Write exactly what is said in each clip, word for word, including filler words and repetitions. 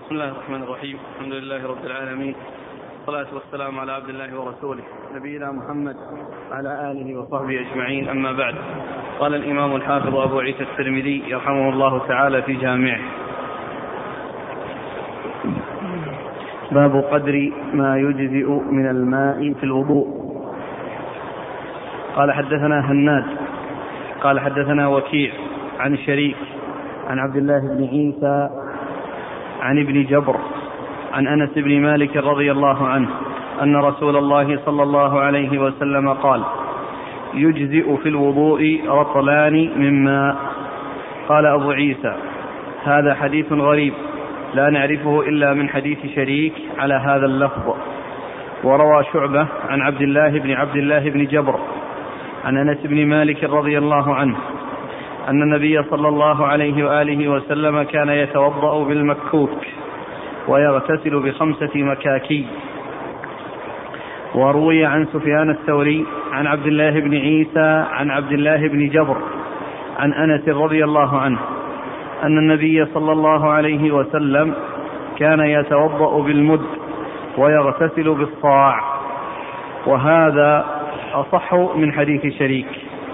بسم الله الرحمن الرحيم. الحمد لله رب العالمين، والصلاة والسلام على عبد الله ورسوله نبينا محمد وعلى آله وصحبه أجمعين، أما بعد. قال الإمام الحافظ أبو عيسى الترمذي يرحمه الله تعالى في جامعه: باب قدر ما يجزئ من الماء في الوضوء. قال حدثنا هناد قال حدثنا وكيع عن شريك عن عبد الله بن عيسى عن ابن جبر عن أنس بن مالك رضي الله عنه أن رسول الله صلى الله عليه وسلم قال: يجزئ في الوضوء رطلان من ماء. قال أبو عيسى: هذا حديث غريب لا نعرفه إلا من حديث شريك على هذا اللفظ. وروى شعبة عن عبد الله بن عبد الله بن جبر عن أنس بن مالك رضي الله عنه أن النبي صلى الله عليه وآله وسلم كان يتوضأ بالمكوك ويغتسل بخمسة مكاكي. وروي عن سفيان الثوري عن عبد الله بن عيسى عن عبد الله بن جبر عن أنس رضي الله عنه أن النبي صلى الله عليه وسلم كان يتوضأ بالمد ويغتسل بالصاع، وهذا أصح من حديث شريك.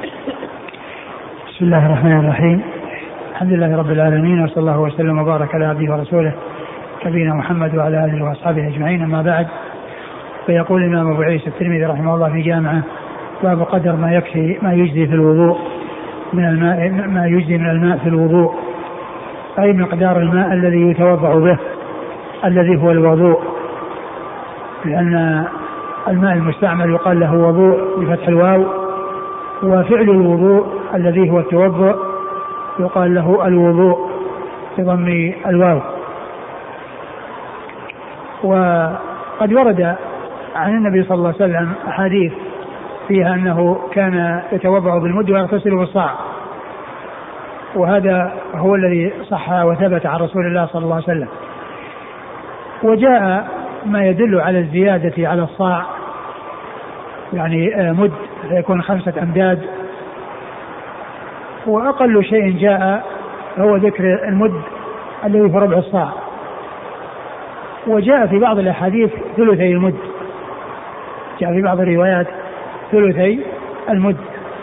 بسم الله الرحمن الرحيم. الحمد لله رب العالمين، وصلى الله وسلم وبارك على عبده ورسوله نبينا محمد وعلى آله وأصحابه أجمعين، أما بعد. فيقول الإمام أبو عيسى الترمذي رحمه الله في جامعه: باب قدر ما يكفي ما يجزي في الوضوء من الماء ما يجزي من الماء في الوضوء، أي مقدار الماء الذي يتوضأ به الذي هو الوضوء، لأن الماء المستعمل يقال له وضوء بفتح الواو، وفعل الوضوء الذي هو التوضؤ يقال له الوضوء بضم الواو. وقد ورد عن النبي صلى الله عليه وسلم أحاديث فيها أنه كان يتوضأ بالمد ويغتسل بالصاع، وهذا هو الذي صح وثبت عن رسول الله صلى الله عليه وسلم. وجاء ما يدل على الزيادة على الصاع، يعني مد يكون خمسة أمداد، وأقل شيء جاء هو ذكر المد الذي في ربع الصاع. وجاء في بعض الأحاديث ثلثي المد، جاء في بعض الروايات ثلثي المد.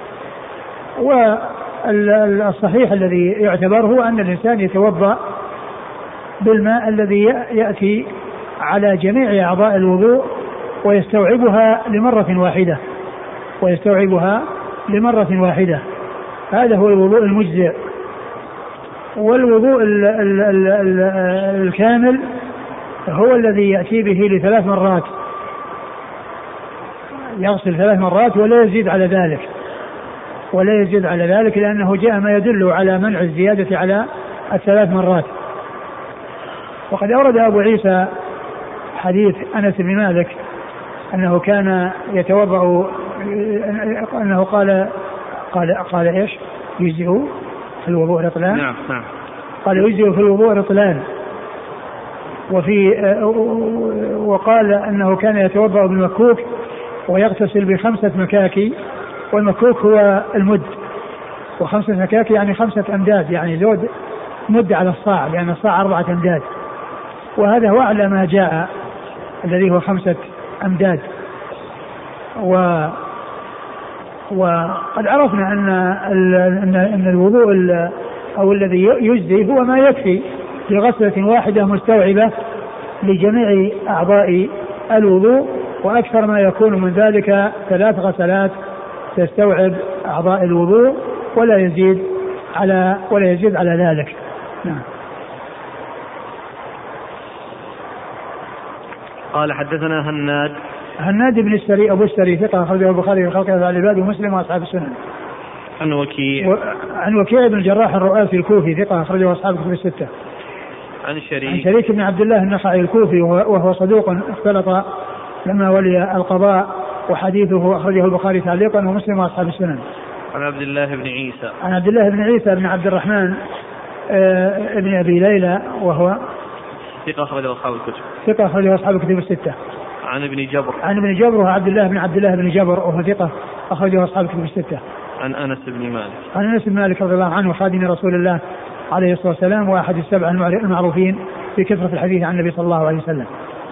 والصحيح الذي يعتبر هو أن الإنسان يتوضأ بالماء الذي يأتي على جميع أعضاء الوضوء ويستوعبها لمرة واحدة ويستوعبها لمرة واحدة هذا هو الوضوء المجزئ. والوضوء ال ال ال ال الكامل هو الذي يأتي به لثلاث مرات، يغسل ثلاث مرات ولا يزيد على ذلك ولا يزيد على ذلك لأنه جاء ما يدل على منع الزيادة على الثلاث مرات. وقد أورد أبو عيسى حديث أنس بن مالك أنه كان يتوضأ، أنه قال قال قال إيش يجزئ في الوضوء رطلان. نعم نعم. قال يجزئ في الوضوء رطلان. وفي وقال أنه كان يتوضأ بالمكوك ويغتسل بخمسة مكاكي، والمكوك هو المد، وخمسة مكاكي يعني خمسة أمداد، يعني زود مد على الصاع، لأن الصاع أربعة أمداد، وهذا هو أعلى ما جاء الذي هو خمسة أمداد. و وقد عرفنا أن أن أن الوضوء أو الذي يجزي هو ما يكفي لغسلة واحدة مستوعبة لجميع أعضاء الوضوء، وأكثر ما يكون من ذلك ثلاث غسلات تستوعب أعضاء الوضوء ولا يزيد على ولا يزيد على ذلك. نعم. قال حدثنا هناد هناد بن السري أبو السري ثقة أخرجه البخاري في خلق أفعال العباد ومسلم وأصحاب السنن. عن وكيع و... عن وكيع بن الجراح الرؤاسي الكوفي ثقة أخرجه أصحاب الكتب الستة. عن شريك عن شريك بن عبد الله النخعي الكوفي وهو صدوق اختلط لما ولي القضاء، وحديثه أخرجه البخاري تعليقا ومسلم وأصحاب السنن. عن عبد الله بن عيسى عن عبد الله بن عيسى بن عبد الرحمن آه ابن أبي ليلى وهو ثقة أخرجه أصحاب الكتب ثقة أخرجه أصحاب الكتب الستة. عن ابن جبر عن ابن جبر وعبد الله بن عبد الله بن جبر وهو ثقة أخرجه أصحاب الكتب الستة. عن أنس بن مالك عن أنس بن مالك رضي الله عنه خادم رسول الله عليه الصلاة والسلام، وأحد السبع المعروفين في كثرة الحديث عن النبي صلى الله عليه وسلم.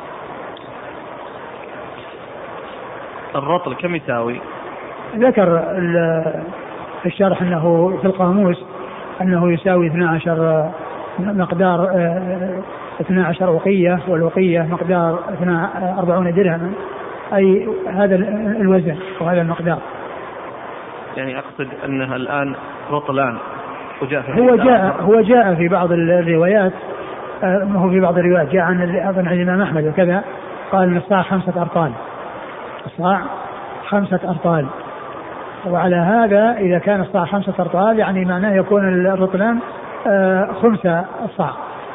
الرطل كم يساوي؟ ذكر الشارح أنه في القاموس أنه يساوي اثنا عشر مقدار اثنا عشر وقية، والوقية مقدار أربعون درهما، أي هذا الوزن وهذا المقدار. يعني أقصد أنها الآن رطلان وجاء هو جاء هو جاء في بعض الروايات، ما هو في بعض الروايات جاء عن أظن عن الإمام أحمد وكذا، قال أن الصاع خمسة أرطال، الصاع خمسة أرطال. وعلى هذا إذا كان الصاع خمسة أرطال يعني معناه يكون الرطلان خمس الصاع.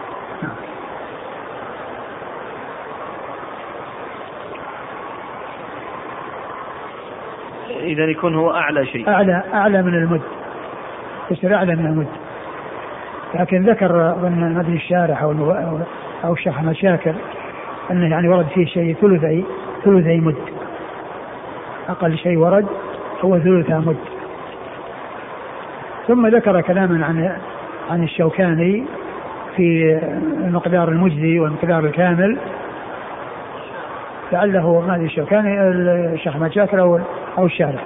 إذا يكون هو أعلى شيء، أعلى أعلى من المد، يصير أعلى من المد. لكن ذكر ضمن مدن الشارح أو أو الشيخ أحمد شاكر أنه يعني ورد فيه شيء ثلثي ثلثي مد، أقل شيء ورد هو ثلث مد. ثم ذكر كلاما عن عن الشوكاني في المقدار المجزي والمقدار الكامل، لعله ما ادري الشوكاني الشيخ أحمد شاكر أو أو الشارح.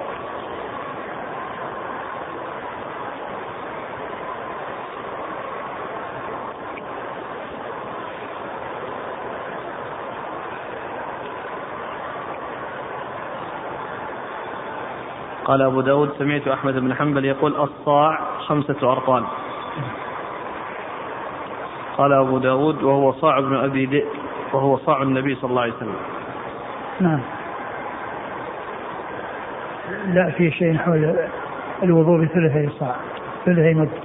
قال أبو داود سمعت أحمد بن حنبل يقول الصاع خمسة أرطال. قال أبو داود وهو صاع ابن أبي ذئب وهو صاع النبي صلى الله عليه وسلم. نعم. لا في شيء حول الوضوء بثلثي الصاع ثلثي مد.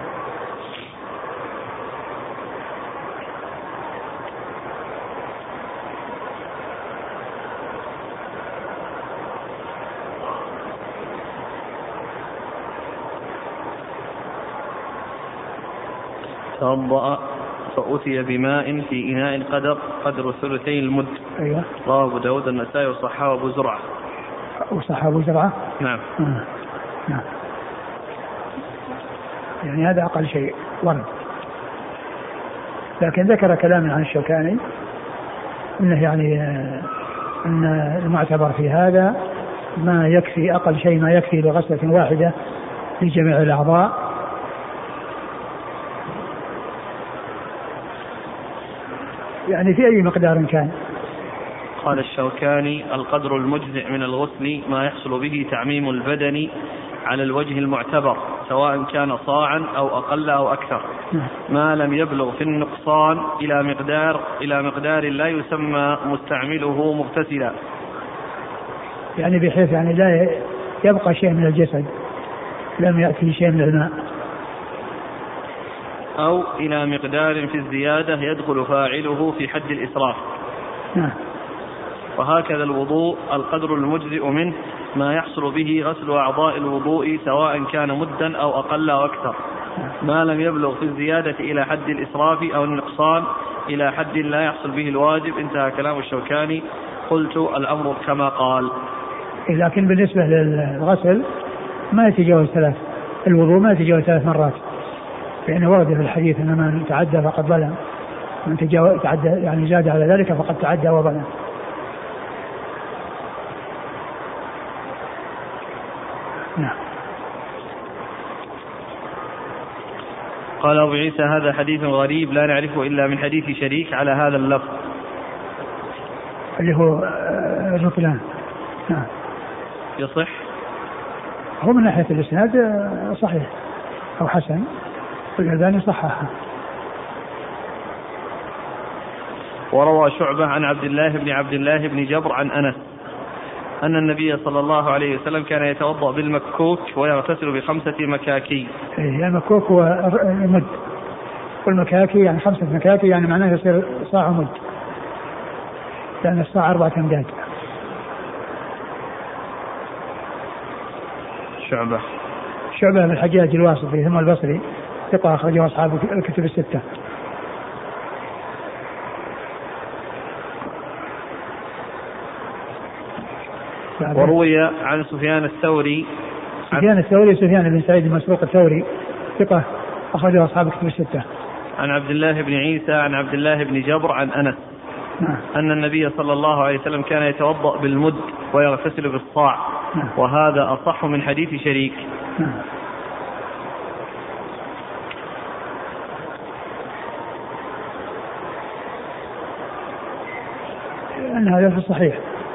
توضأ فأتي بماء في إناء قدر قدر ثلثي المد. أيوة. رواه أبو داود النسائي وصححه أبو زرعة. وصححه أبو زرعة. نعم. آه. نعم. يعني هذا أقل شيء ورد. لكن ذكر كلاما عن الشوكاني أنه يعني أن المعتبر في هذا ما يكفي، أقل شيء ما يكفي لغسلة واحدة لجميع الأعضاء، يعني في أي مقدار كان. قال الشوكاني القدر المجزئ من الغسل ما يحصل به تعميم البدن على الوجه المعتبر سواء كان صاعا أو أقل أو أكثر، ما لم يبلغ في النقصان إلى مقدار إلى مقدار لا يسمى مستعمله مغتسلا، يعني بحيث يعني لا يبقى شيء من الجسد لم يأتي شيء من الماء، أو إلى مقدار في الزيادة يدخل فاعله في حد الإسراف. نعم. وهكذا الوضوء القدر المجزئ منه ما يحصل به غسل أعضاء الوضوء سواء كان مدا أو أقل أو أكثر، ما لم يبلغ في الزيادة إلى حد الإسراف أو النقصان إلى حد لا يحصل به الواجب. انتهى كلام الشوكاني. قلت الأمر كما قال. لكن بالنسبة للغسل ما يتجاوز ثلاث، الوضوء ما يتجاوز ثلاث مرات، لأنه ورد في الحديث أن من تعدى فقد ظلم، من تجاوز تعدى يعني زاد على ذلك فقد تعدى وظلم. نعم. قال أبو عيسى هذا حديث غريب لا نعرفه إلا من حديث شريك على هذا اللفظ اللي هو الرطلان. نعم. يصح؟ هو من ناحية الإسناد صحيح أو حسن، والألباني صححها. وروى شعبة عن عبد الله بن عبد الله بن جبر عن أنس أن النبي صلى الله عليه وسلم كان يتوضأ بالمكوك ويغتسل بخمسة مكاكي. يعني المكوك هو المد، والمكاكي يعني خمسة مكاكي، يعني معناه يصير صاع مد، لأن الصاع أربعة أمداد. شعبة شعبة بن الحجاج الواسطي ثم البصري ثقة أخرجه أصحاب الكتب الستة. وروي عن سفيان الثوري سفيان الثوري سفيان بن سعيد المسروق الثوري ثقة أخرجه أصحاب الكتب الستة. عن عبد الله بن عيسى عن عبد الله بن جبر عن أنس أن النبي صلى الله عليه وسلم كان يتوضأ بالمد ويغتسل بالصاع، وهذا أصح من حديث شريك. أن هذا في الصحيح.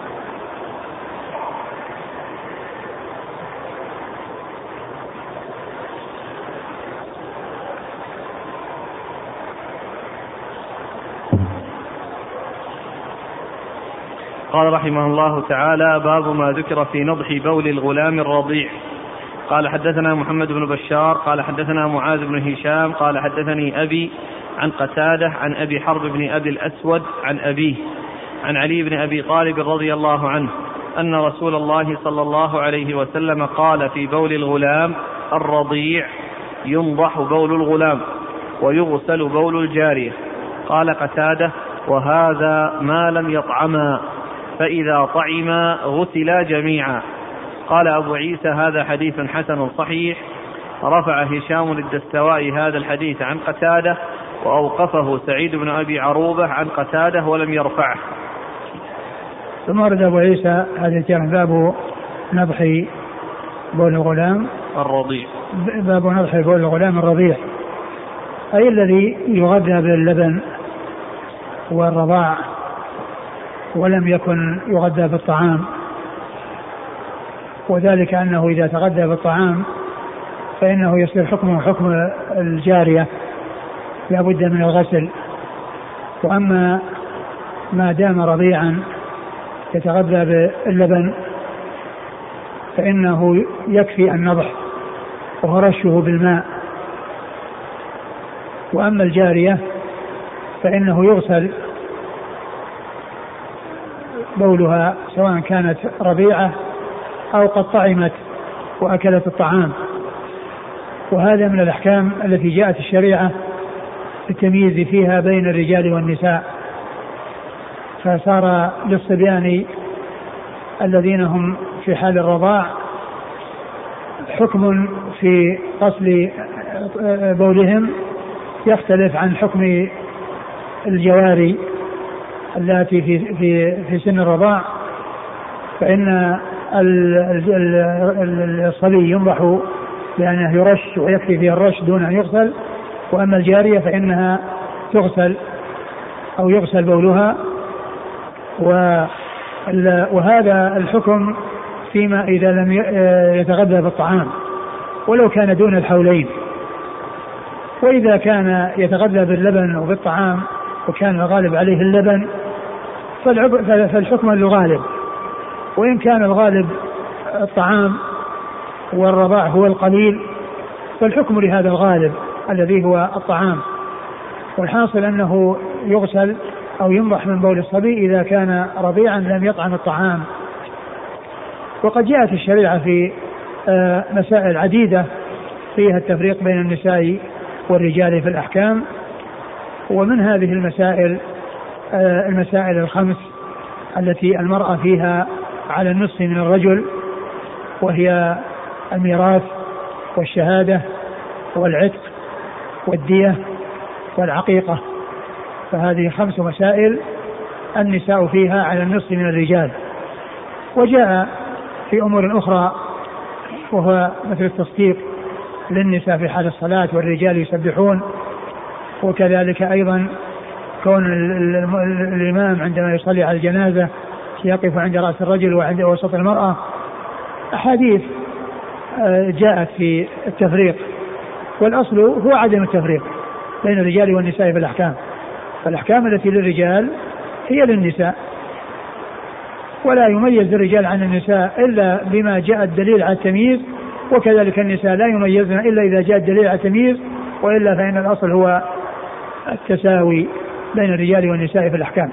قال رحمه الله تعالى: باب ما ذكر في نضح بول الغلام الرضيع. قال حدثنا محمد بن بشار قال حدثنا معاذ بن هشام قال حدثني أبي عن قتادة عن أبي حرب بن أبي الأسود عن أبيه عن علي بن أبي طالب رضي الله عنه أن رسول الله صلى الله عليه وسلم قال في بول الغلام الرضيع: ينضح بول الغلام ويغسل بول الجارية. قال قتادة: وهذا ما لم يطعما، فإذا طعما غسلا جميعا. قال أبو عيسى: هذا حديث حسن صحيح. رفع هشام الدستوائي هذا الحديث عن قتادة وأوقفه سعيد بن أبي عروبة عن قتادة ولم يرفعه. ثم ورد أبو عيسى هذا الكلام: باب نضح بول الغلام الرضيع. باب نضح بول الغلام الرضيع، أي الذي يغذى باللبن والرضاع ولم يكن يغذى بالطعام، وذلك أنه إذا تغذى بالطعام فإنه يصير حكمه حكم الجارية، لا بد من الغسل. وأما ما دام رضيعا يتغذى باللبن فإنه يكفي النضح وهو رشه بالماء. وأما الجارية فإنه يغسل بولها سواء كانت رضيعة أو قد طعمت وأكلت الطعام. وهذا من الأحكام التي جاءت الشريعة التمييز فيها بين الرجال والنساء، فصار للصبيان الذين هم في حال الرضاع حكم في غسل بولهم يختلف عن حكم الجواري التي في في في سن الرضاع، فإن الصبي ينضح لأنه يرش ويكفي فيه الرش دون أن يغسل، وأما الجارية فإنها تغسل أو يغسل بولها. وهذا الحكم فيما إذا لم يتغذى بالطعام ولو كان دون الحولين. وإذا كان يتغذى باللبن وبالطعام وكان الغالب عليه اللبن فالحكم الغالب، وإن كان الغالب الطعام والرضاع هو القليل فالحكم لهذا الغالب الذي هو الطعام. والحاصل أنه يغسل أو ينضح من بول الصبي إذا كان رضيعا لم يطعم الطعام. وقد جاءت الشريعة في مسائل عديدة فيها التفريق بين النساء والرجال في الأحكام، ومن هذه المسائل المسائل الخمس التي المرأة فيها على النصف من الرجل، وهي الميراث والشهادة والعتق والدية والعقيقة. فهذه خمس مسائل النساء فيها على النصف من الرجال. وجاء في أمور أخرى وهو مثل التصديق للنساء في حال الصلاة والرجال يسبحون، وكذلك أيضا كون الإمام عندما يصلي على الجنازة يقف عند رأس الرجل وعند وسط المرأة. أحاديث جاءت في التفريق، والأصل هو عدم التفريق بين الرجال والنساء في الأحكام. فالأحكام التي للرجال هي للنساء، ولا يميز الرجال عن النساء إلا بما جاء الدليل على التمييز، وكذلك النساء لا يميزن إلا إذا جاء الدليل على التمييز، وإلا فإن الأصل هو التساوي بين الرجال والنساء في الأحكام.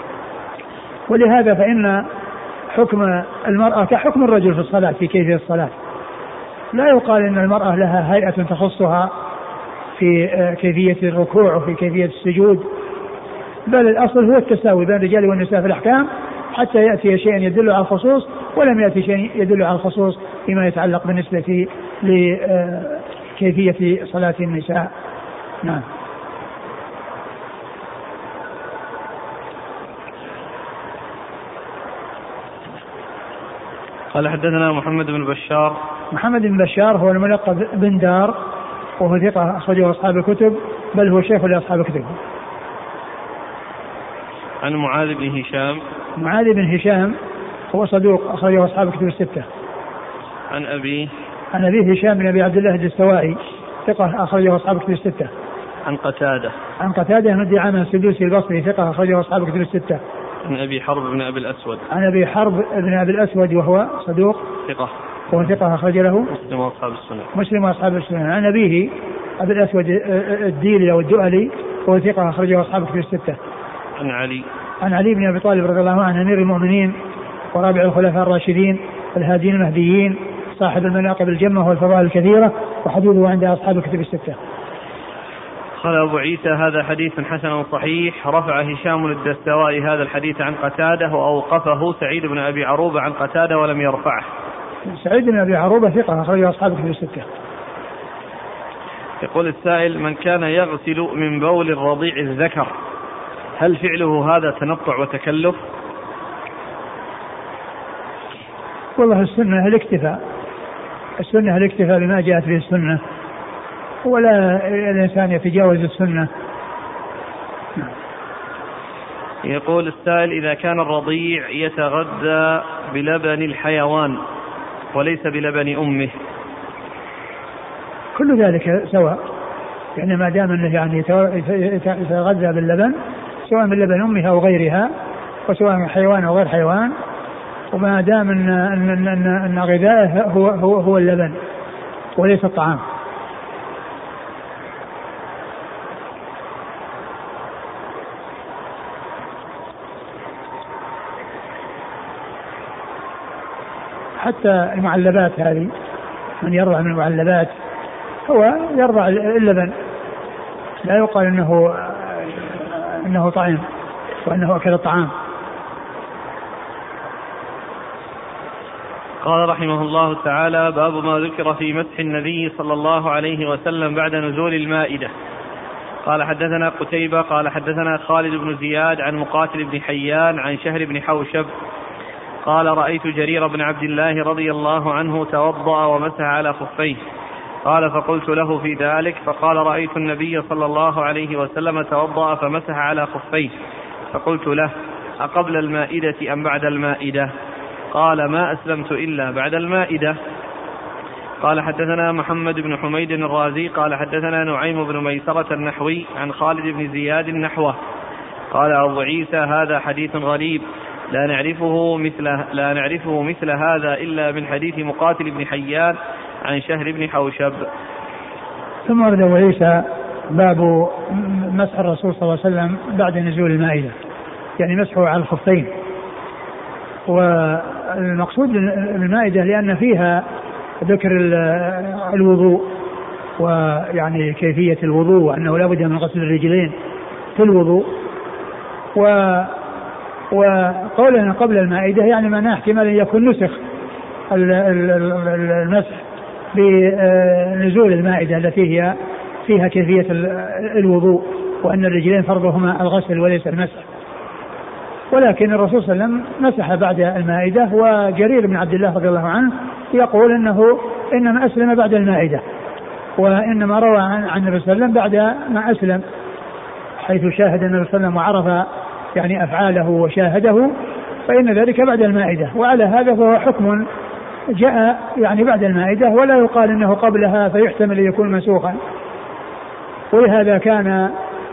ولهذا فإن حكم المرأة كحكم الرجل في الصلاة في كيفية الصلاة، لا يقال إن المرأة لها هيئة تخصها في كيفية الركوع وفي كيفية السجود، بل الأصل هو التساوي بين الرجال والنساء في الأحكام، حتى يأتي شيء يدل على الخصوص ولم يأتي شيء يدل على الخصوص فيما يتعلق بالنسبة لكيفية صلاة النساء. نعم. قال حدثنا محمد بن بشار. محمد بن بشار هو الملقب بن دار وهو ثقة أخرجه أصحاب الكتب، بل هو شيخ لأصحاب الكتب. عن معاذ بن هشام. معاذ بن هشام هو صدوق أخرجه أصحاب الكتب الستة. عن أبيه. عن أبيه هشام بن أبي عبد الله الدستوائي ثقة أخرجه أصحاب الكتب الستة. عن قتادة. عن قتادة بن دعامة السدوسي البصري ثقة أخرجه أصحاب الكتب الستة. عن أبي حرب بن أبي الأسود. عن أبي حرب بن أبي الأسود وهو صدوق ثقة وهو ثقة أخرج له مسلم وأصحاب السنة. مسلم وأصحاب السنة. عن أبيه أبي الأسود الديلي أو الدؤلي وهو ثقة أخرجه أصحاب الكتب الستة. عن علي. عن علي بن أبي طالب رضي الله عنه أمير المؤمنين ورابع الخلفاء الراشدين الهادين المهديين صاحب المناقب الجمة والفضائل الكثيرة وحدوده عند أصحاب الكتب الستة. قال أبو عيسى هذا حديث حسن صحيح. رفع هشام الدستوائي هذا الحديث عن قتادة وأوقفه سعيد بن أبي عروبة عن قتادة ولم يرفعه. سعيد بن أبي عروبة ثقة أخرجه أصحاب الكتب الستة. يقول السائل من كان يغسل من بول الرضيع الذكر هل فعله هذا تنطع وتكلف؟ والله السنة الاكتفاء السنة الاكتفاء بما جاءت به السنة ولا الإنسان يتجاوز السنة. يقول السائل إذا كان الرضيع يتغذى بلبن الحيوان وليس بلبن أمه كل ذلك سواء، يعني ما دام أنه يعني يتغذى باللبن سواء من لبن أمها أو غيرها وسواء من حيوان أو غير حيوان، وما دام أن, أن, أن, أن غذائه هو, هو, هو اللبن وليس الطعام. حتى المعلبات هذه من يرضع من المعلبات هو يرضع اللبن، لا يقال انه انه طعام وانه اكل الطعام. قال رحمه الله تعالى باب ما ذكر في مسح النبي صلى الله عليه وسلم بعد نزول المائدة. قال حدثنا قتيبة قال حدثنا خالد بن زياد عن مقاتل بن حيان عن شهر بن حوشب قال رأيت جرير بن عبد الله رضي الله عنه توضأ ومسح على خفيه. قال فقلت له في ذلك فقال رأيت النبي صلى الله عليه وسلم توضأ فمسح على خفيه. فقلت له أقبل المائدة أم بعد المائدة؟ قال ما أسلمت إلا بعد المائدة. قال حدثنا محمد بن حميد الرازي قال حدثنا نعيم بن ميسرة النحوي عن خالد بن زياد نحوه. قال أبو عيسى هذا حديث غريب لا نعرفه مثل لا نعرفه مثل هذا إلا من حديث مقاتل بن حيان عن شهر بن حوشب. ثم ورد أبو عيسى باب مسح الرسول صلى الله عليه وسلم بعد نزول المائدة، يعني مسحه على الخفين. والمقصود بالمائدة لأن فيها ذكر الوضوء ويعني كيفية الوضوء وأنه لا بد من غسل الرجلين في الوضوء، و وقولنا قبل المائدة يعني معناه احتمال أن يكون نسخ المسح بنزول المائدة التي هي فيها كيفية الوضوء وأن الرجلين فرضهما الغسل وليس المسح. ولكن الرسول صلى الله عليه وسلم مسح بعد المائدة، وجرير بن عبد الله رضي الله عنه يقول أنه إنما أسلم بعد المائدة، وإنما روى عن النبي صلى الله عليه وسلم بعد ما أسلم، حيث شاهد النبي صلى الله عليه وسلم وعرف يعني أفعاله وشاهده، فإن ذلك بعد المائدة. وعلى هذا فهو حكم جاء يعني بعد المائدة، ولا يقال إنه قبلها فيحتمل أن يكون منسوخا. ولهذا كان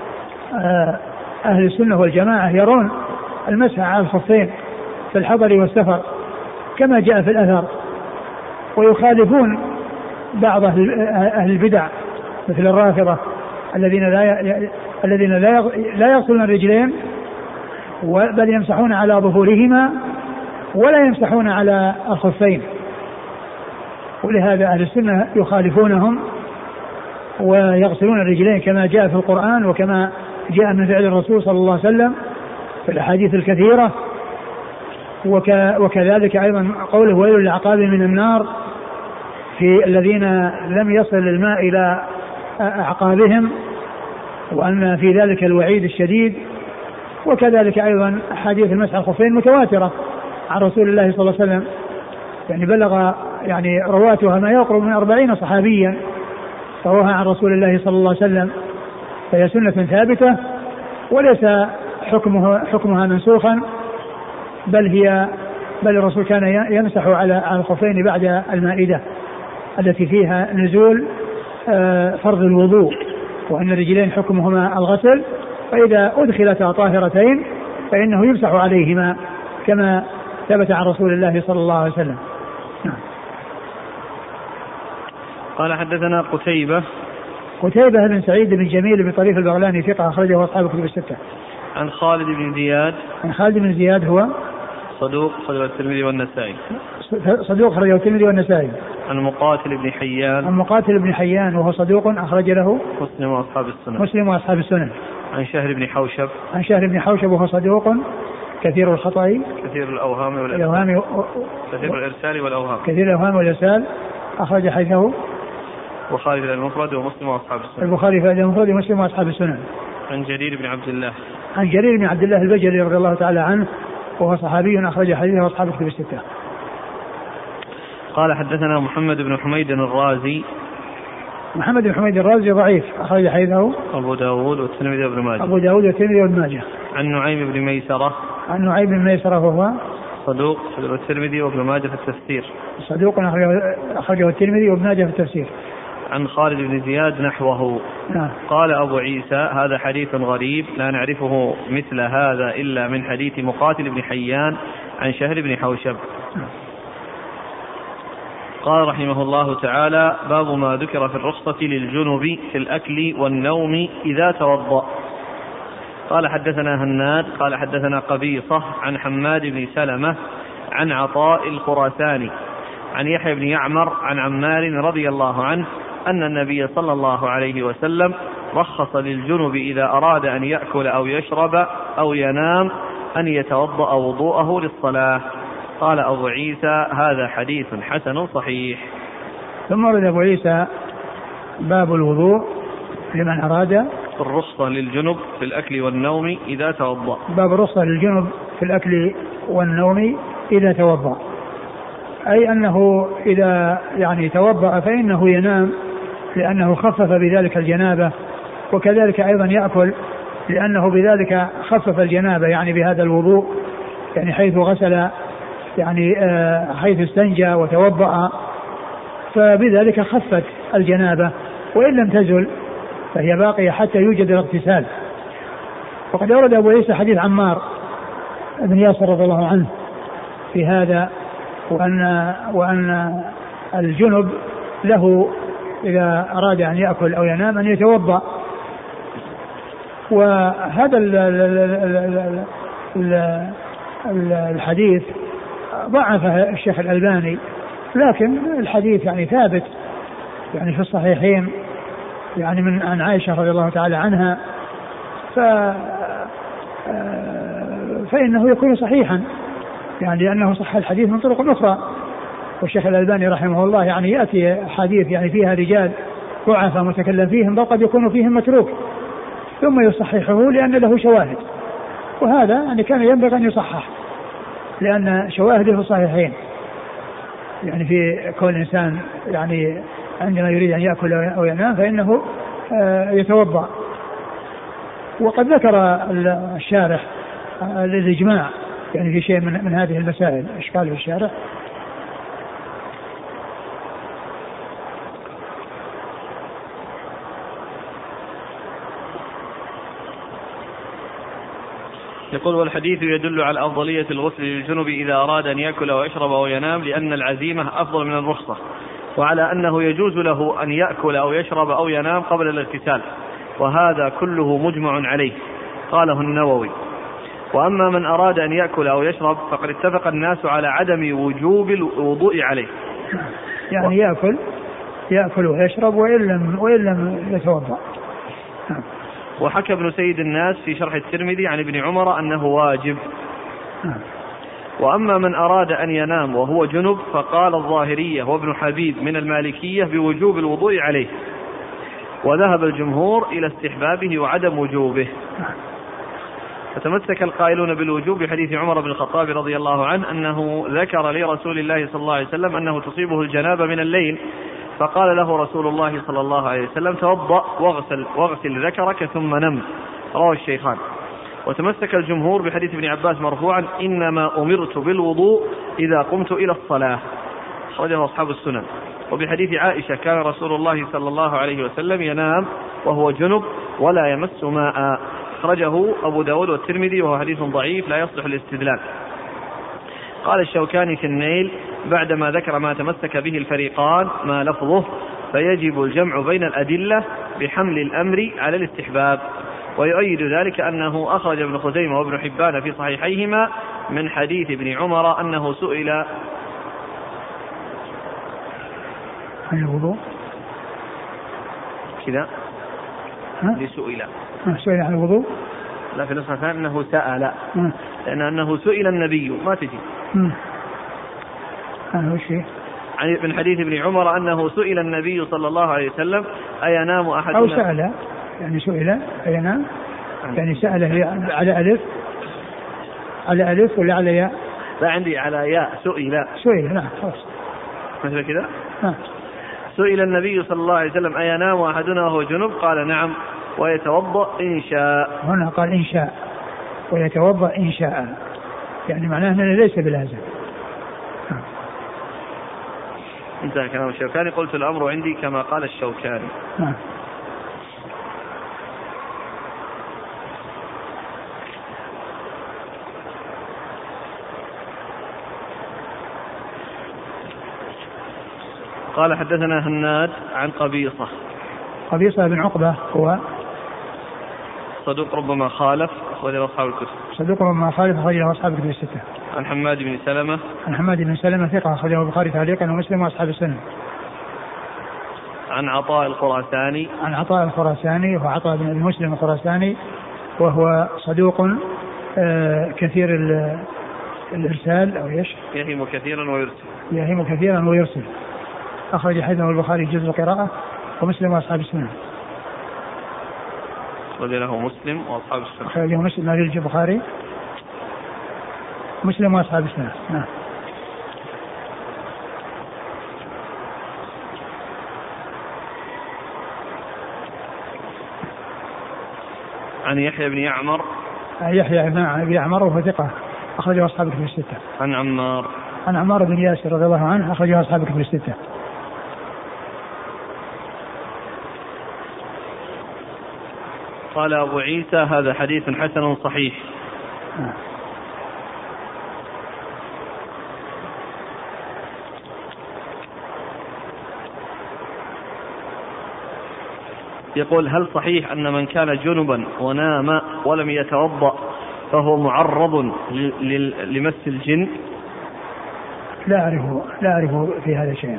أهل السنة والجماعة يرون المسح على الخفين في الحضر والسفر كما جاء في الأثر، ويخالفون بعض أهل البدع مثل الرافضة الذين لا الذين لا يغسلون الرجلين بل يمسحون على ظهورهما ولا يمسحون على الخفين. ولهذا أهل السنة يخالفونهم ويغسلون الرجلين كما جاء في القرآن وكما جاء من فعل الرسول صلى الله عليه وسلم في الأحاديث الكثيرة. وكذلك أيضا قوله ويل للعقاب من النار في الذين لم يصل الماء إلى أعقابهم، وأن في ذلك الوعيد الشديد. وكذلك أيضا أحاديث المسح الخفين متواترة عن رسول الله صلى الله عليه وسلم، يعني بلغ يعني رواتها ما يقرب من أربعين صحابيا رواها عن رسول الله صلى الله عليه وسلم، فهي سنة ثابتة وليس حكمها, حكمها منسوخا، بل هي بل الرسول كان يمسح على الخفين بعد المائدة التي فيها نزول فرض الوضوء، وأن الرجلين حكمهما الغسل، فإذا أدخلتا طاهرتين فإنه يمسح عليهما كما ثبت عن رسول الله صلى الله عليه وسلم. قال حدثنا قتيبة قتيبة بن سعيد بن جميل بن طريف البغلاني ثقة أخرجه أصحاب الكتب الستة. عن خالد بن زياد عن خالد بن زياد هو صدوق أخرجه الترمذي والنسائي صدوق أخرجه الترمذي والنسائي. عن مقاتل بن حيان عن مقاتل بن حيان وهو صدوق أخرج له مسلم وأصحاب السنن مسلم وأصحاب السنن. عن شهر بن حوشب عن شهر بن حوشب وهو صدوق كثير الخطأ كثير الأوهام والإرسال و... كثير الإرسال والأوهام كثير الأوهام والإرسال أخرج حديثه البخاري في المفرد ومسلم وأصحاب السنن البخاري في المفرد ومسلم وأصحاب السنن. عن جرير بن عبد الله عن جرير بن عبد الله البجلي رضي الله تعالى عنه وهو صحابي أخرج حديثه أصحاب الكتب الستة. قال حدثنا محمد بن حميد الرازي محمد بن حميد الرازي ضعيف أخرج حديثه أبو داود والترمذي وابن ماجه أبو داود والترمذي وابن ماجه. عن نعيم بن ميسرة عن نعيم بن ميسرة وهو صدوق أخرجه الترمذي وابن ماجه في التفسير صدوق أخرجه الترمذي وابن ماجه في التفسير. عن خالد بن زياد نحوه. نعم. قال أبو عيسى هذا حديث غريب لا نعرفه مثل هذا إلا من حديث مقاتل بن حيان عن شهر بن حوشب. قال رحمه الله تعالى باب ما ذكر في الرخصة للجنب في الأكل والنوم إذا توضأ. قال حدثنا هناد قال حدثنا قبيصة عن حماد بن سلمة عن عطاء الخراساني عن يحيى بن يعمر عن عمار رضي الله عنه أن النبي صلى الله عليه وسلم رخص للجنب إذا أراد أن يأكل أو يشرب أو ينام أن يتوضأ وضوءه للصلاة. قال أبو عيسى هذا حديث حسن صحيح. ثم ورد أبو عيسى باب الوضوء لمن أراد الرخصة للجنب في الأكل والنوم إذا توضأ. باب الرخصة للجنب في الأكل والنوم إذا توضأ، أي أنه إذا يعني توضأ فإنه ينام لأنه خفف بذلك الجنابة، وكذلك أيضا يأكل لأنه بذلك خفف الجنابة يعني بهذا الوضوء، يعني حيث غسل يعني حيث استنجى وتوضأ فبذلك خفت الجنابة، وإن لم تزل فهي باقية حتى يوجد الاغتسال. وقد أورد أبو عيسى حديث عمار بن ياسر رضي الله عنه في هذا، وأن, وأن الجنب له إذا أراد أن يأكل أو ينام أن يتوضأ. وهذا ال ال ال ال الحديث ضعفه الشيخ الألباني، لكن الحديث يعني ثابت يعني في الصحيحين يعني من عن عائشة رضي الله تعالى عنها، ف فإنه يكون صحيحا يعني لأنه صح الحديث من طرق أخرى. والشيخ الألباني رحمه الله يعني يأتي حديث يعني فيها رجال ضعفاء متكلم فيهم بل قد يكون فيهم متروك ثم يصححه لأن له شواهد، وهذا يعني كان ينبغي أن يصحح لأن شواهده في الصحيحين يعني في كل إنسان يعني عندما يريد أن يأكل أو ينام فإنه يتوضأ. وقد ذكر الشارح الإجماع يعني في شيء من, من هذه المسائل إشكال في الشارح. يقول والحديث يدل على أفضلية الغسل للجنب إذا أراد أن يأكل أو يشرب أو ينام لأن العزيمة أفضل من الرخصة، وعلى أنه يجوز له أن يأكل أو يشرب أو ينام قبل الاغتسال، وهذا كله مجمع عليه قاله النووي. وأما من أراد أن يأكل أو يشرب فقد اتفق الناس على عدم وجوب الوضوء عليه، يعني يأكل يأكل ويشرب وإن لم, وإن لم يتوضأ. وحكى ابن سيد الناس في شرح الترمذي عن ابن عمر أنه واجب. وأما من أراد أن ينام وهو جنب فقال الظاهرية وابن حبيب من المالكية بوجوب الوضوء عليه، وذهب الجمهور إلى استحبابه وعدم وجوبه. فتمسك القائلون بالوجوب بحديث عمر بن الخطاب رضي الله عنه أنه ذكر لرسول الله صلى الله عليه وسلم أنه تصيبه الجنابة من الليل، فقال له رسول الله صلى الله عليه وسلم توضأ واغسل, واغسل ذكرك ثم نم، رواه الشيخان. وتمسك الجمهور بحديث ابن عباس مرفوعا إنما أمرت بالوضوء إذا قمت إلى الصلاة، أخرجه أصحاب السنن. وبحديث عائشة كان رسول الله صلى الله عليه وسلم ينام وهو جنب ولا يمس ماء، أخرجه أبو داود والترمذي وهو حديث ضعيف لا يصلح الاستدلال. قال الشوكاني في النيل بعدما ذكر ما تمسك به الفريقان ما لفظه فيجب الجمع بين الأدلة بحمل الأمر على الاستحباب. ويؤيد ذلك أنه أخرج ابن خزيمة وابن حبان في صحيحيهما من حديث ابن عمر أنه سئل عن الوضوء كذا لسئل سئل عن الوضوء، لا في نسخة ثانية أنه سأل، لأن أنه سئل النبي ما تجي أنه شيء من حديث ابن عمر أنه سئل النبي صلى الله عليه وسلم أينام أحدنا أو سأل، يعني سئل أينام يعني سأل على ألف على ألف ولا على ياء؟ لا عندي على ياء سئل سئل نعم خلاص مثل كذا. سئل النبي صلى الله عليه وسلم أينام أحدنا وهو جنب قال نعم ويتوضأ إن شاء. هنا قال إن شاء ويتوضأ إن شاء، يعني معناه أنه ليس بلازم. انتهى كلام الشوكاني. قلت الأمر عندي كما قال الشوكاني. نعم. قال حدثنا هناد عن قبيصة. قبيصة بن عقبة هو صدوق ربما خالف، أخرجه أصحاب الكتب. صدوق ربما خالف، أخرجه أصحاب الكتب الستة. عن حماد بن سلمة. عن حماد بن سلمة ثقة، أخرجه البخاري تعليقا ومسلم وأصحاب السنن. عن عطاء الخراساني. عن عطاء الخراساني وهو عطاء بن مسلم الخراساني، وهو صدوق آه كثير الإرسال أو إيش؟ يهم كثيرا ويرسل. يهم كثيرا ويرسل. أخرج حديثه البخاري جزء القراءة ومسلم وأصحاب السنن. وله مسلم وأصحاب السنن. أخرجه مسلم نادي البخاري مسلم وأصحاب السنن. نعم. عن يحيى بن يعمر. يحيى بن يعمر وهو ثقة، أخرجه أصحاب الكتب الستة. عن عمار. عن عمار بن ياسر رضي الله عنه، أخرجه أصحاب الكتب الستة. قال أبو عيسى هذا حديث حسن صحيح. آه. يقول هل صحيح أن من كان جنبا ونام ولم يتوضأ فهو معرض لمس الجن؟ لا أعرف لا أعرف في هذا شيء.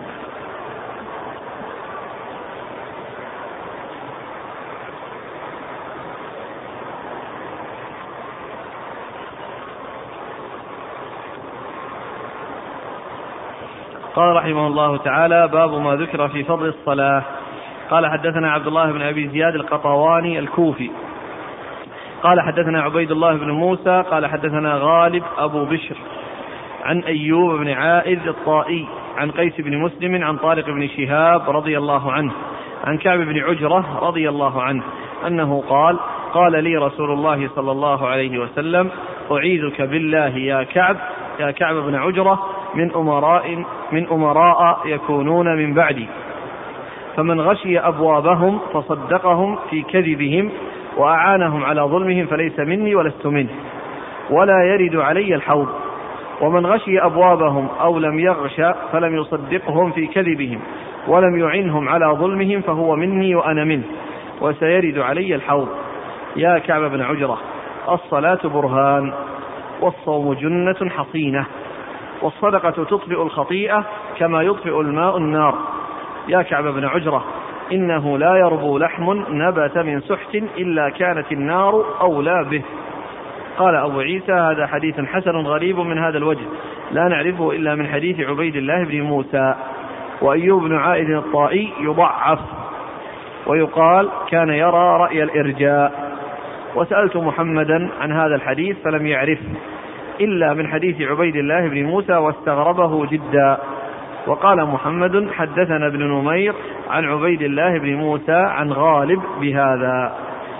قال رحمه الله تعالى باب ما ذكر في فضل الصلاة. قال حدثنا عبد الله بن أبي زياد القطواني الكوفي قال حدثنا عبيد الله بن موسى قال حدثنا غالب أبو بشر عن أيوب بن عائذ الطائي عن قيس بن مسلم عن طارق بن شهاب رضي الله عنه عن كعب بن عجرة رضي الله عنه أنه قال قال لي رسول الله صلى الله عليه وسلم أعيذك بالله يا كعب يا كعب بن عجرة من أمراء من أمراء يكونون من بعدي، فمن غشي أبوابهم فصدقهم في كذبهم وأعانهم على ظلمهم فليس مني ولست منه ولا يرد علي الحوض، ومن غشي أبوابهم أو لم يغش فلم يصدقهم في كذبهم ولم يعنهم على ظلمهم فهو مني وأنا منه وسيرد علي الحوض. يا كعب بن عجرة الصلاة برهان والصوم جنة حصينة والصدقة تطفئ الخطيئة كما يطفئ الماء النار. يا كعب بن عجرة إنه لا يربو لحم نبت من سحت إلا كانت النار أولى به. قال أبو عيسى هذا حديث حسن غريب من هذا الوجه لا نعرفه إلا من حديث عبيد الله بن موسى. وأيوب بن عائذ الطائي يضعف ويقال كان يرى رأي الإرجاء. وسألت محمدا عن هذا الحديث فلم يعرف إلا من حديث عبيد الله بن موسى واستغربه جدا. وقال محمد حدثنا ابن نمير عن عبيد الله بن موسى عن غالب بهذا.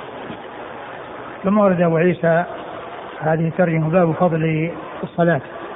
ثم ورد أبو عيسى هذه الترجمة باب فضل الصلاة،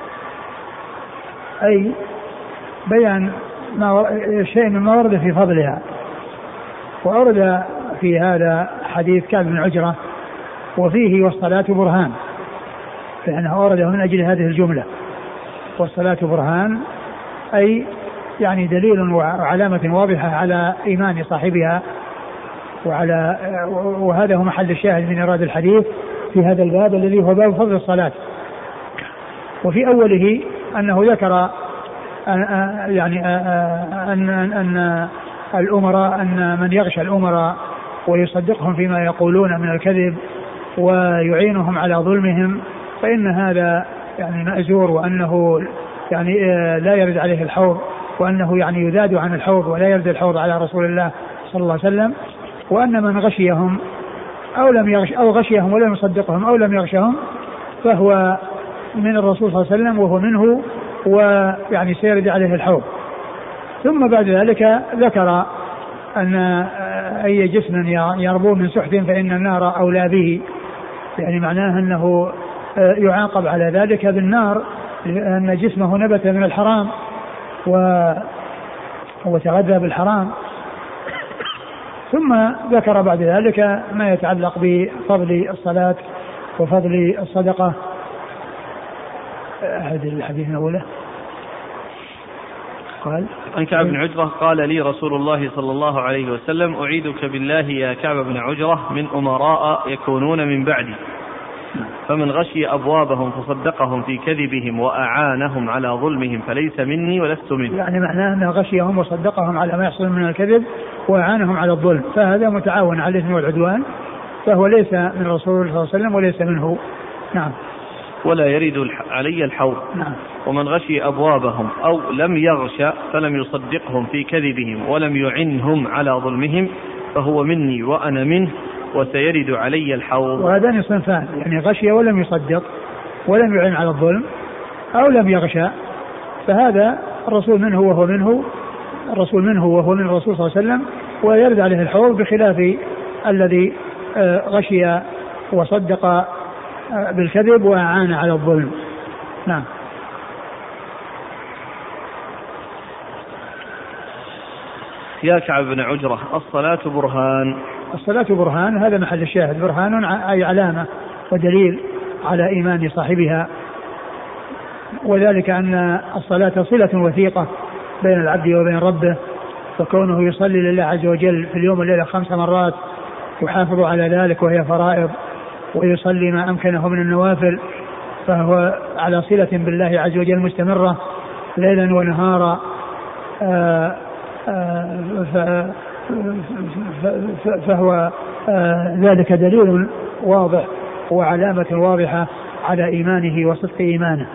أي بيان ما شيء مما ورد في فضلها. وأورد في هذا حديث كعب بن عجرة وفيه والصلاة برهان، فإنه أورده من أجل هذه الجملة، والصلاة برهان أي يعني دليل وعلامة واضحة على إيمان صاحبها، وعلى وهذا هو محل الشاهد من إيراد الحديث في هذا الباب الذي هو باب فضل الصلاة. وفي أوله أنه ذكر يعني أن أن الأمراء أن من يغشى الأمراء ويصدقهم فيما يقولون من الكذب ويعينهم على ظلمهم فإن هذا يعني مأزور، وأنه يعني لا يرد عليه الحوض، وأنه يعني يذاد عن الحوض ولا يرد الحوض على رسول الله صلى الله عليه وسلم. وأن من غشيهم أو لم يغش أو غشيهم ولم يصدقهم أو لم يغشهم فهو من الرسول صلى الله عليه وسلم وهو منه، ويعني سيرد عليه الحوض. ثم بعد ذلك ذكر أن أي جسم يربو من سحت فإن النار أولى به، يعني معناه أنه يعاقب على ذلك بالنار لأن جسمه نبت من الحرام وتغذى بالحرام. ثم ذكر بعد ذلك ما يتعلق بفضل الصلاة وفضل الصدقة. هذا الحديث الأول قال عن كعب بن عجرة قال لي رسول الله صلى الله عليه وسلم أعيذك بالله يا كعب بن عجرة من أمراء يكونون من بعدي، فمن غشي أبوابهم فصدقهم في كذبهم وأعانهم على ظلمهم فليس مني ولست منه. يعني معناه أنه غشيهم وصدقهم على ما يحصل من الكذب وأعانهم على الظلم، فهذا متعاون على الإثم والعدوان، فهو ليس من رسول الله صلى الله عليه وسلم وليس منه. نعم. ولا يرد علي الحوض. نعم. ومن غشي أبوابهم أو لم يغش فلم يصدقهم في كذبهم ولم يعنهم على ظلمهم فهو مني وأنا منه وسيرد علي الحوض. وهذان صنفان، يعني غشي ولم يصدق ولم يعن على الظلم أو لم يغشى، فهذا الرسول منه وهو منه الرسول منه وهو من الرسول صلى الله عليه وسلم ويرد عليه الحوض، بخلاف الذي غشي وصدق بالكذب وأعان على الظلم. نعم. يا كعب بن عجرة الصلاة برهان. الصلاة برهان، هذا محل الشاهد، برهان أي علامة ودليل على إيمان صاحبها، وذلك أن الصلاة صلة وثيقة بين العبد وبين ربه، فكونه يصلي لله عز وجل في اليوم والليلة خمس مرات يحافظ على ذلك وهي فرائض، ويصلي ما أمكنه من النوافل، فهو على صلة بالله عز وجل مستمرة ليلا ونهارا. آآ آآ فهو ذلك دليل واضح وعلامة واضحة على إيمانه وصدق إيمانه.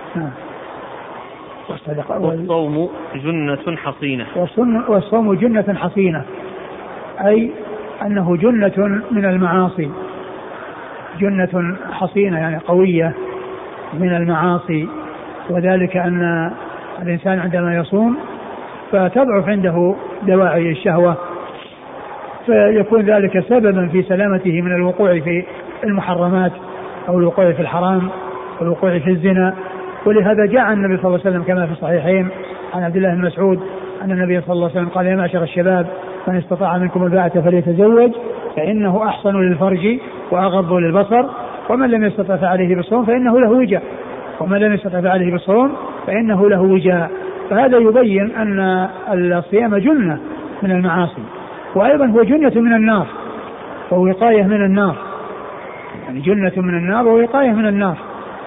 والصوم جنة حصينة. والصوم جنة حصينة، أي أنه جنة من المعاصي، جنة حصينة يعني قوية من المعاصي، وذلك أن الإنسان عندما يصوم فتضعف عنده دواعي الشهوة، فيكون ذلك سببا في سلامته من الوقوع في المحرمات أو الوقوع في الحرام والوقوع في الزنا. ولهذا جاء النبي صلى الله عليه وسلم كما في الصحيحين عن عبد الله بن مسعود أن النبي صلى الله عليه وسلم قال: يا معشر الشباب من استطاع منكم الباءة فليتزوج فإنه أحصن للفرج وأغض للبصر، ومن لم يستطع فعليه بالصوم فإنه له وجاء ومن لم يستطع فعليه بالصوم فإنه له وجاء. فهذا يبين أن الصيام جنة من المعاصي، وأيضا هو جنة من النار ووقاية من النار، يعني جنة من النار ووقاية من النار،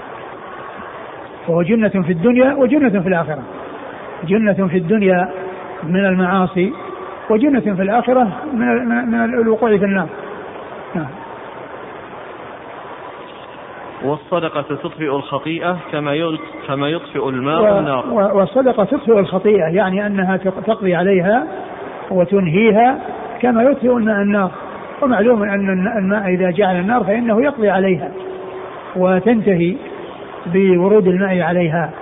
وهو جنة في الدنيا وجنة في الآخرة، جنة في الدنيا من المعاصي وجنة في الآخرة من من الوقوع في النار. والصدقة تطفئ الخطيئة كما كما يطفئ الماء النار. والصدقة تطفئ الخطيئة يعني أنها تقضي عليها وتنهيها كما يطفئ الماء النار، ومعلوم أن الماء إذا جعل النار فإنه يقضي عليها وتنتهي بورود الماء عليها.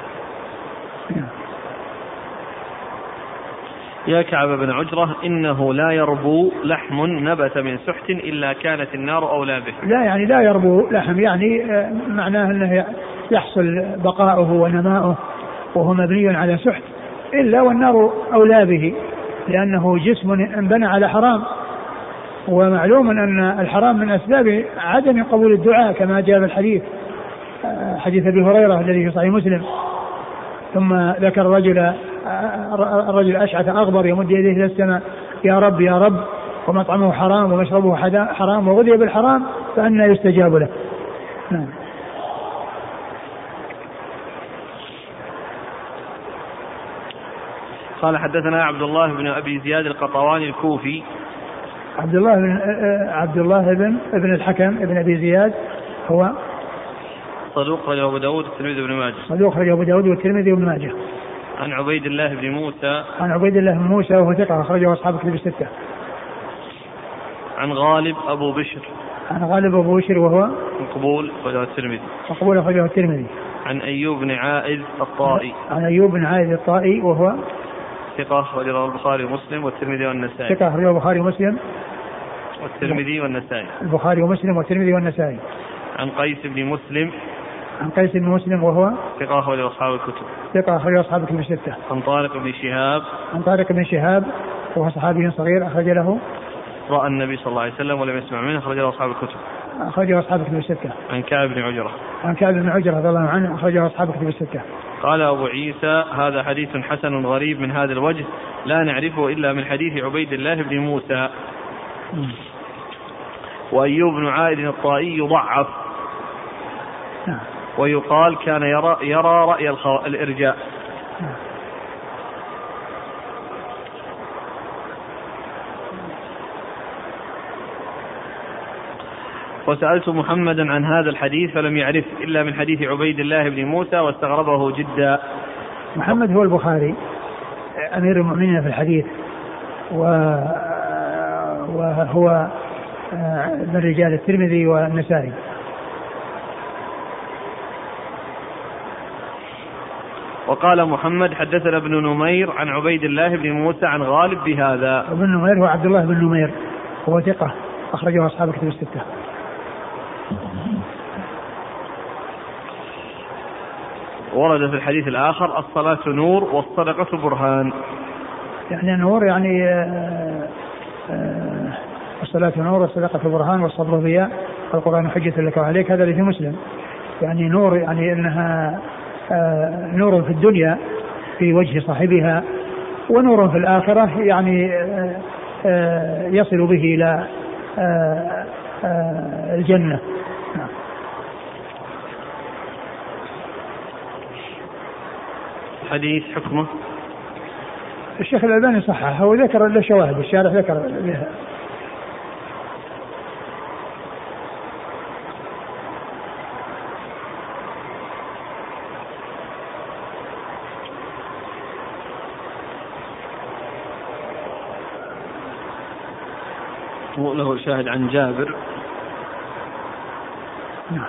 يا كعب بن عجرة إنه لا يربو لحم نبت من سحت إلا كانت النار أولى به. لا يعني لا يربو لحم يعني معناه أنه يحصل بقاؤه ونماؤه وهو مبني على سحت إلا والنار أولى به لأنه جسم انبنى على حرام، ومعلوم أن الحرام من أسباب عدم قبول الدعاء كما جاء في الحديث حديث أبي هريرة الذي في صحيح مسلم. ثم ذكر رجل الرجل أشعث أغبر يمد يديه إلى السماء يا رب يا رب ومطعمه حرام ومشربه حرام وغذي بالحرام فأنى يستجاب له. نعم. قال حدثنا عبد الله بن أبي زياد القطواني الكوفي. عبد الله بن عبد الله بن ابن الحكم ابن أبي زياد هو صدوق أخرجه أبو داود والترمذي وابن ماجه. صدوق أخرجه أبو داود والترمذي وابن ماجه. عن عبيد الله بن موسى. عن عبيد الله بن موسى وهو ثقة أخرجه أصحاب الكتب الستة. عن غالب أبو بشر. عن غالب أبو بشر وهو مقبول أخرجه الترمذي. مقبول أخرجه الترمذي. عن أيوب بن عائذ الطائي. عن أيوب بن عائذ الطائي وهو ثقة أخرجه البخاري ومسلم والترمذي والنسائي. ثقة أخرجه البخاري ومسلم والترمذي والنسائي. البخاري ومسلم والترمذي والنسائي. عن قيس بن مسلم. عن قيس بن مسلم وهو ثقة أخرجه أصحاب الكتب. ثقة أخرجه أصحاب الكتب الستة. عن طارق بن شهاب. عن طارق بن شهاب وهو صحابي صغير أخرج له رأى النبي صلى الله عليه وسلم ولم يسمع منه أخرجه أصحاب الكتب. أخرجه أصحاب الكتب الستة. عن كعب بن عجرة. عن كعب بن عجرة رضي الله عنه أخرجه أصحاب الكتب الستة. قال أبو عيسى هذا حديث حسن غريب من هذا الوجه لا نعرفه إلا من حديث عبيد الله بن موسى. م. وأيوب بن عائد الطائي يضعف ويقال كان يرى, يرى رأي الإرجاء. وسألت محمدا عن هذا الحديث فلم يعرف إلا من حديث عبيد الله بن موسى واستغربه جدا. محمد هو البخاري أمير المؤمنين في الحديث وهو من رجال الترمذي والنسائي. وقال محمد حدثنا ابن نمير عن عبيد الله بن موسى عن غالب بهذا. ابن نمير هو عبد الله بن نمير هو ثقة أخرجه أصحاب الكتب الستة. ورد في الحديث الآخر الصلاة نور والصدقة برهان. يعني نور يعني الصلاة نور والصدقة برهان والصبر ضياء والقرآن حجة لك وعليك. هذا اللي في مسلم. يعني نور يعني أنها نور في الدنيا في وجه صاحبها ونور في الآخرة يعني يصل به إلى الجنة. حديث حكمه الشيخ الألباني صححه وذكر له شواهد الشارح ذكر لها. له شاهد عن جابر. نعم.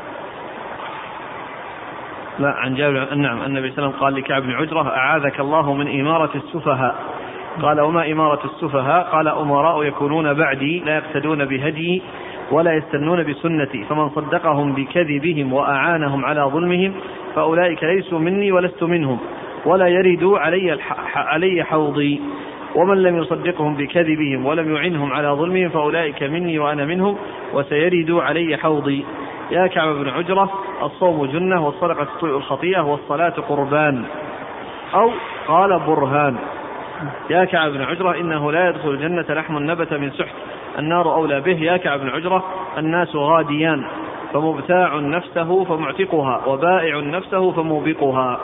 لا عن جابر نعم النبي صلى الله عليه وسلم قال لكعب بن عجرة أعاذك الله من إمارة السفهاء. قال وما إمارة السفهاء؟ قال أمراء يكونون بعدي لا يقتدون بهدي ولا يستنون بسنتي فمن صدقهم بكذبهم وأعانهم على ظلمهم فأولئك ليسوا مني ولست منهم ولا يردوا علي, علي حوضي ومن لم يصدقهم بكذبهم ولم يعنهم على ظلمهم فأولئك مني وأنا منهم وسيردوا علي حوضي. يا كعب بن عجرة الصوم جنة والصدقة تطيء الخطيئة والصلاة قربان. أو قال برهان. يا كعب بن عجرة إنه لا يدخل الجنة لحم نبت من سحت النار أولى به. يا كعب بن عجرة الناس غاديان فمبتاع نفسه فمعتقها وبائع نفسه فموبقها.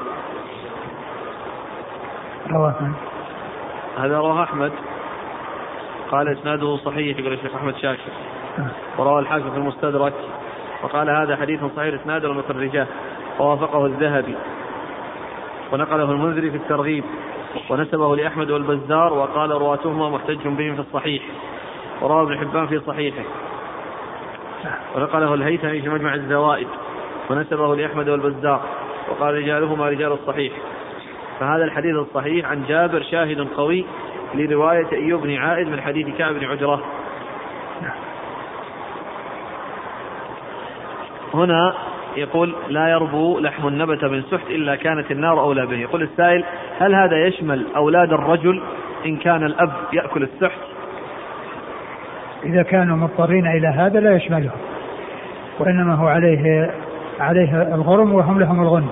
هذا رواه أحمد قال إسناده صحيح يقول الشيخ أحمد شاكر ورواه الحاكم في المستدرك وقال هذا حديث صحيح إسناده المخرجات ووافقه الذهبي ونقله المنذري في الترغيب ونسبه لأحمد والبزار وقال رواتهما محتج بهم في الصحيح. ورواه ابن حبان في صحيحه، ونقله الهيثمي في مجمع الزوائد ونسبه لأحمد والبزار وقال رجالهما رجال الصحيح. فهذا الحديث الصحيح عن جابر شاهد قوي لرواية أيوب بن عائد من حديث كعب بن عجرة. هنا يقول لا يربو لحم النبت من سحت إلا كانت النار أولى به. يقول السائل هل هذا يشمل أولاد الرجل إن كان الأب يأكل السحت؟ إذا كانوا مضطرين إلى هذا لا يشمله، وإنما هو عليه عليه الغرم وهم لهم الغنم.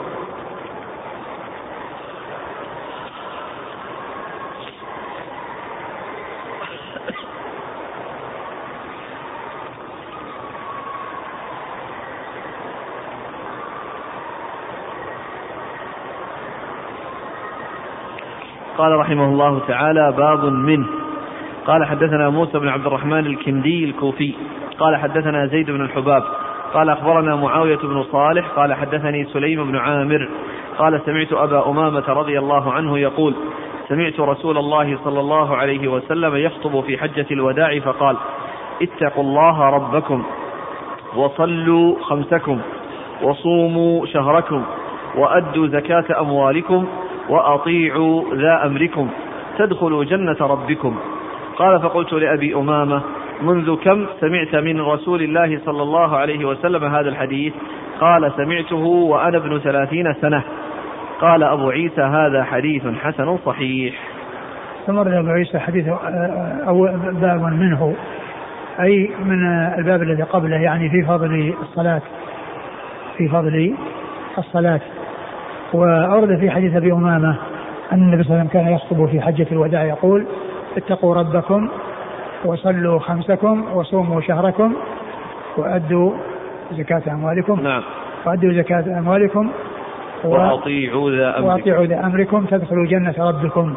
قال رحمه الله تعالى باب منه. قال حدثنا موسى بن عبد الرحمن الكندي الكوفي قال حدثنا زيد بن الحباب قال أخبرنا معاوية بن صالح قال حدثني سليم بن عامر قال سمعت أبا أمامة رضي الله عنه يقول سمعت رسول الله صلى الله عليه وسلم يخطب في حجة الوداع فقال اتقوا الله ربكم وصلوا خمسكم وصوموا شهركم وأدوا زكاة أموالكم وأطيعوا ذا أمركم تدخلوا جنة ربكم. قال فقلت لأبي أمامة منذ كم سمعت من رسول الله صلى الله عليه وسلم هذا الحديث؟ قال سمعته وأنا ابن ثلاثين سنة. قال أبو عيسى هذا حديث حسن صحيح. ثمر أبو عيسى حديث أو باب منه أي من الباب الذي قبله، يعني في فضل الصلاة في فضل الصلاة. وأورد في حديث أبي أمامة أن النبي صلى الله عليه وسلم كان يخطب في حجة الوداع يقول اتقوا ربكم وصلوا خمسكم وصوموا شهركم وأدوا زكاة أموالكم نعم. وأدوا زكاة أموالكم وأطيعوا ذا أمركم, وأطيعوا ذا أمركم تدخلوا جنة ربكم.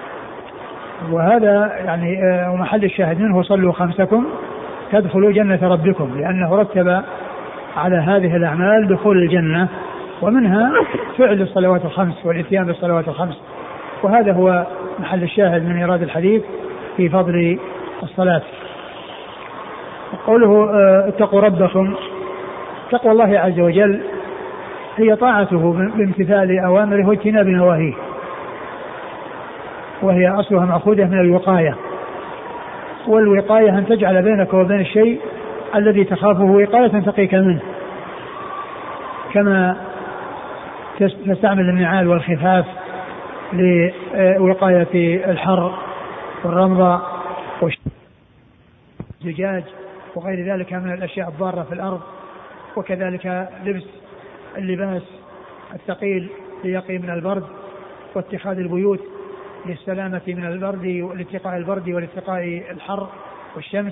وهذا يعني ومحل الشاهد منه صلوا خمسكم تدخلوا جنة ربكم، لأنه رتب على هذه الأعمال دخول الجنة، ومنها فعل الصلوات الخمس والاتيان بالصلوات الخمس. وهذا هو محل الشاهد من إيراد الحديث في فضل الصلاة. قوله اتقوا ربكم، تقوى الله عز وجل هي طاعته بامتثال أوامره واجتناب نواهيه، وهي أصلها مأخوذة من الوقاية، والوقاية أن تجعل بينك وبين الشيء الذي تخافه وقاية تقيك منه، كما تستعمل النعال والخفاف لوقاية الحر والرمضة والزجاج وغير ذلك من الأشياء الضارة في الأرض. وكذلك لبس اللباس الثقيل ليقي من البرد، واتخاذ البيوت للسلامة من البرد والاتقاء البرد والاتقاء الحر والشمس.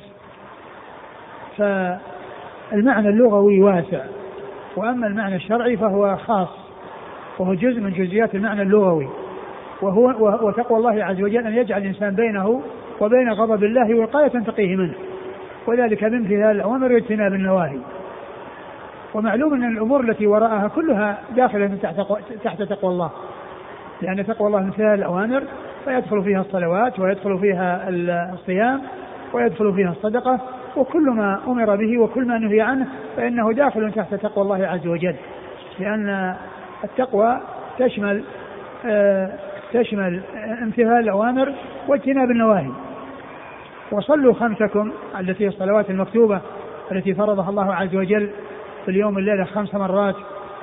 فالمعنى اللغوي واسع، وأما المعنى الشرعي فهو خاص، وهو جزء من جزئيات المعنى اللغوي، وهو وتقوى الله عز وجل أن يجعل الإنسان بينه وبين غضب الله وقاية تقيه منه، وذلك بامتثال الأوامر واجتناب النواهي. ومعلوم أن الأمور التي وراءها كلها داخلة تحت تقوى الله، لأن تقوى الله امتثال الأوامر فيدخل فيها الصلوات ويدخل فيها الصيام ويدخل فيها الصدقة، وكل ما أمر به وكل ما نهي عنه فإنه داخل تحت تقوى الله عز وجل، لأن التقوى تشمل آه تشمل امتثال الأوامر واجتناب النواهي. وصلوا خمسكم التي هي الصلوات المكتوبة التي فرضها الله عز وجل في اليوم الليلة خمس مرات.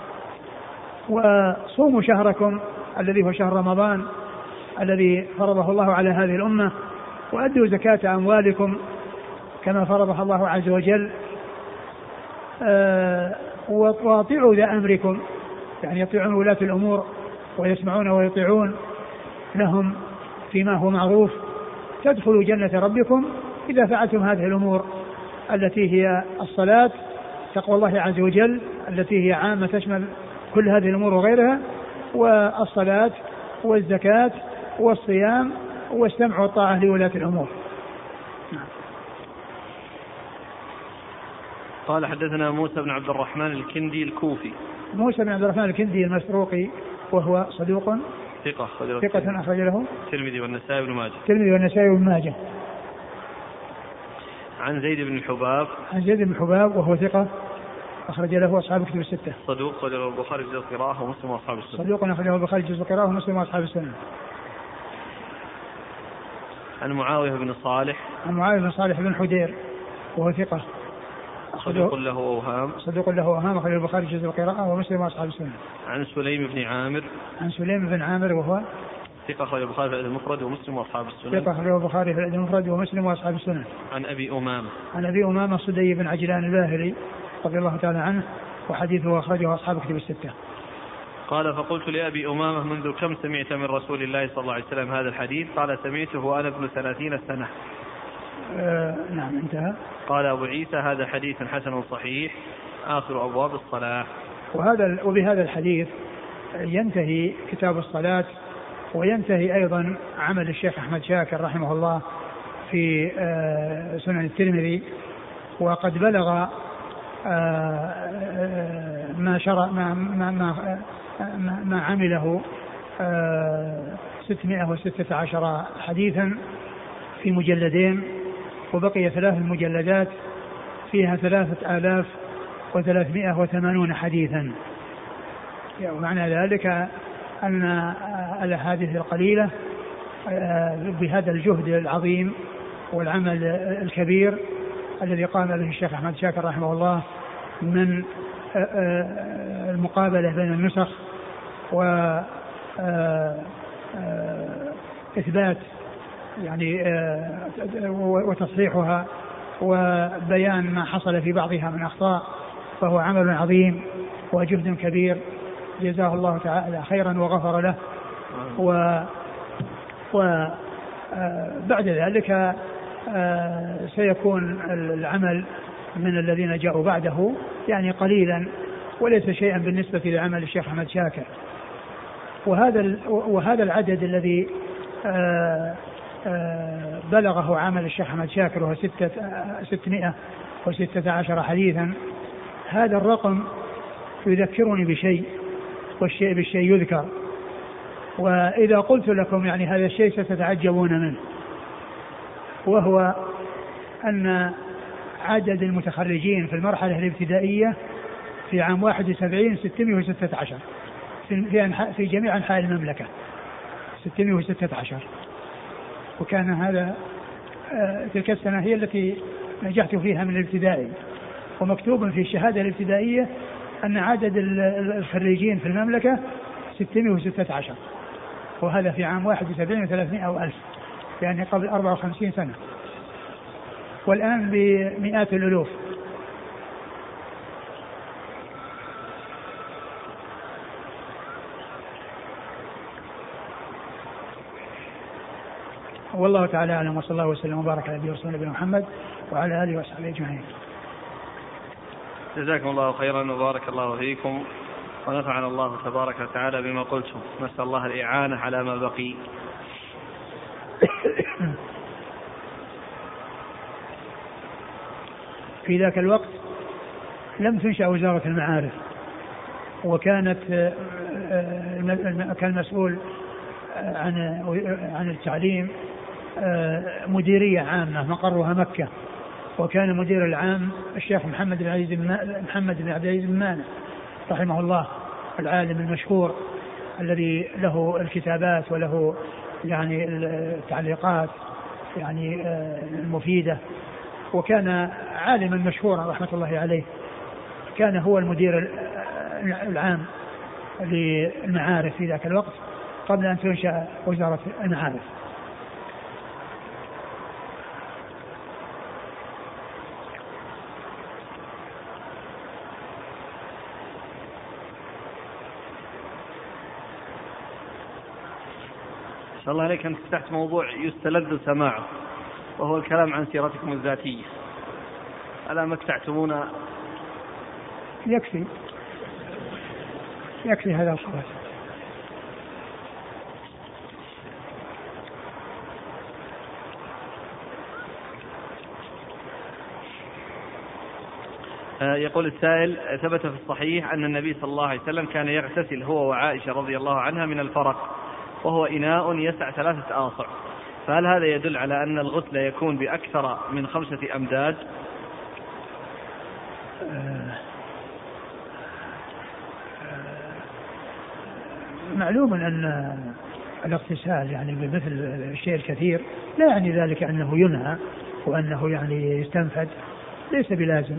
وصوموا شهركم الذي هو شهر رمضان الذي فرضه الله على هذه الأمة. وأدوا زكاة أموالكم كما فرضها الله عز وجل. آه وأطيعوا ذا أمركم، يعني يطيعون ولاة الأمور ويسمعون ويطيعون لهم فيما هو معروف. تدخلوا جنة ربكم إذا فعلتم هذه الأمور التي هي الصلاة، تقوى الله عز وجل التي هي عامة تشمل كل هذه الأمور وغيرها، والصلاة والزكاة والصيام والسمع والطاعة لولاة الأمور. قال حدثنا موسى بن عبد الرحمن الكندي الكوفي. موسى بن عبد الرحمن الكندي المسروقي وهو صدوق ثقة ثقة أخرج له الترمذي والنسائي وابن ماجه الترمذي والنسائي وابن ماجه. عن زيد بن الحباب. عن زيد بن الحباب وهو ثقة أخرج له أصحاب كتب الستة. صدوق أخرجه البخاري جزء القراءة ومسلم وأصحاب السنة. صدوق أخرجه البخاري جزء القراءة ومسلم وأصحاب السنة. عن معاوية بن صالح. عن معاوية بن صالح بن حدير وهو ثقة. صدوق له أوهام. صدوق له أوهام أخرجه البخاري جزء القراءة ومسلم وأصحاب السنة. عن سليم بن عامر. عن سليم بن عامر وهو ثقة أخرجه البخاري في الأدب المفرد ومسلم وأصحاب السنة. ثقة أخرجه البخاري في الأدب المفرد ومسلم وأصحاب السنة. عن أبي أمامة. عن أبي أمامة صدي بن عجلان الباهلي رضي الله تعالى عنه وحديثه أخرجه أصحاب كتب الستة. قال فقلت لأبي أمامة منذ كم سمعت من رسول الله صلى الله عليه وسلم هذا الحديث؟ قال سمعته وأنا ابن ثلاثين سنة. آه نعم انتهى. قال أبو عيسى هذا حديث حسن صحيح آخر أبواب الصلاة. وهذا وبهذا الحديث ينتهي كتاب الصلاة وينتهي أيضا عمل الشيخ أحمد شاكر رحمه الله في آه سنن الترمذي. وقد بلغ آه ما شرع ما ما ما, ما, ما عمله آه ستمائة وستة عشر حديثا في مجلدين، وبقي ثلاث مجلدات فيها ثلاثة آلاف وثلاثمائة وثمانون حديثا. ومعنى ذلك أن الأحاديث القليلة بهذا الجهد العظيم والعمل الكبير الذي قام به الشيخ أحمد شاكر رحمه الله من المقابلة بين النسخ وإثبات يعني وتصحيحها وبيان ما حصل في بعضها من أخطاء، فهو عمل عظيم وجهد كبير جزاه الله تعالى خيرا وغفر له. و وبعد ذلك سيكون العمل من الذين جاءوا بعده يعني قليلا وليس شيئا بالنسبة لعمل الشيخ أحمد شاكر. وهذا وهذا العدد الذي بلغه عمل الشيخ أحمد شاكر وهو ستمائة وستة عشر حديثا، هذا الرقم يذكرني بشيء والشيء بالشيء يذكر. وإذا قلت لكم يعني هذا الشيء ستتعجبون منه، وهو أن عدد المتخرجين في المرحلة الابتدائية في عام واحد وسبعين ستمائة وستة عشر في, في جميع أنحاء المملكة ستمائة وستة عشر. وكان هذا تلك السنة هي التي نجحت فيها من الابتدائي، ومكتوب في الشهادة الابتدائية أن عدد الخريجين في المملكة ستمائة وستة عشر، وهذا في عام واحد وسبعين وثلاثمائة وألف، يعني قبل أربعة وخمسين سنة، والآن بمئات الألوف. والله تعالى أعلم، وصلى الله وسلم وبارك على نبينا محمد وعلى آله وصحبه أجمعين. جزاكم الله خيرا وبارك الله فيكم ونفعنا الله تبارك وتعالى بما قلتم. نسأل الله الإعانة على ما بقي. في ذاك الوقت لم تنشأ وزارة المعارف، وكانت كان مسؤول عن عن التعليم مديرية عامة مقرها مكة، وكان مدير العام الشيخ محمد بن عبد محمد بن عبد العزيز بن مانع رحمه الله، العالم المشهور الذي له الكتابات وله يعني التعليقات يعني المفيدة، وكان عالما مشهورا رحمة الله عليه. كان هو المدير العام للمعارف في ذاك الوقت قبل أن تنشأ وزارة المعارف. إن شاء الله عليك أنت فتحت موضوع يستلذ سماعه، وهو الكلام عن سيرتكم الذاتية. ألا مكتعتمونا؟ يكفي يكفي هذا الخلاص. يقول السائل: ثبت في الصحيح أن النبي صلى الله عليه وسلم كان يغتسل هو وعائشة رضي الله عنها من الفرق، وهو إناء يسع ثلاثة آصع، فهل هذا يدل على أن الغسل يكون بأكثر من خمسة أمداد؟ معلوم أن الاغتسال يعني بمثل الشيء الكثير لا يعني ذلك أنه ينهى وأنه يعني يستنفد، ليس بلازم.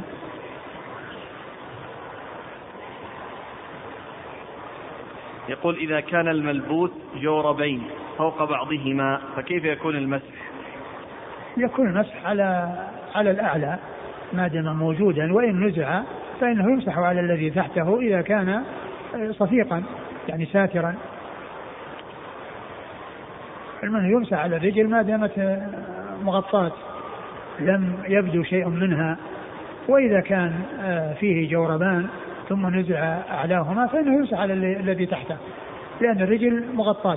يقول إذا كان الملبوس جوربين فوق بعضهما فكيف يكون المسح؟ يكون المسح على على الأعلى ما دام موجودا، وإن نزع فإنه يمسح على الذي تحته إذا كان صفيقا يعني ساترا. المنه يمسح على الرجل ما دامت مغطاة لم يبدو شيء منها، وإذا كان فيه جوربان ثم نزع أعلاهما فإنه يمسح على الذي تحته لأن الرجل مغطاة.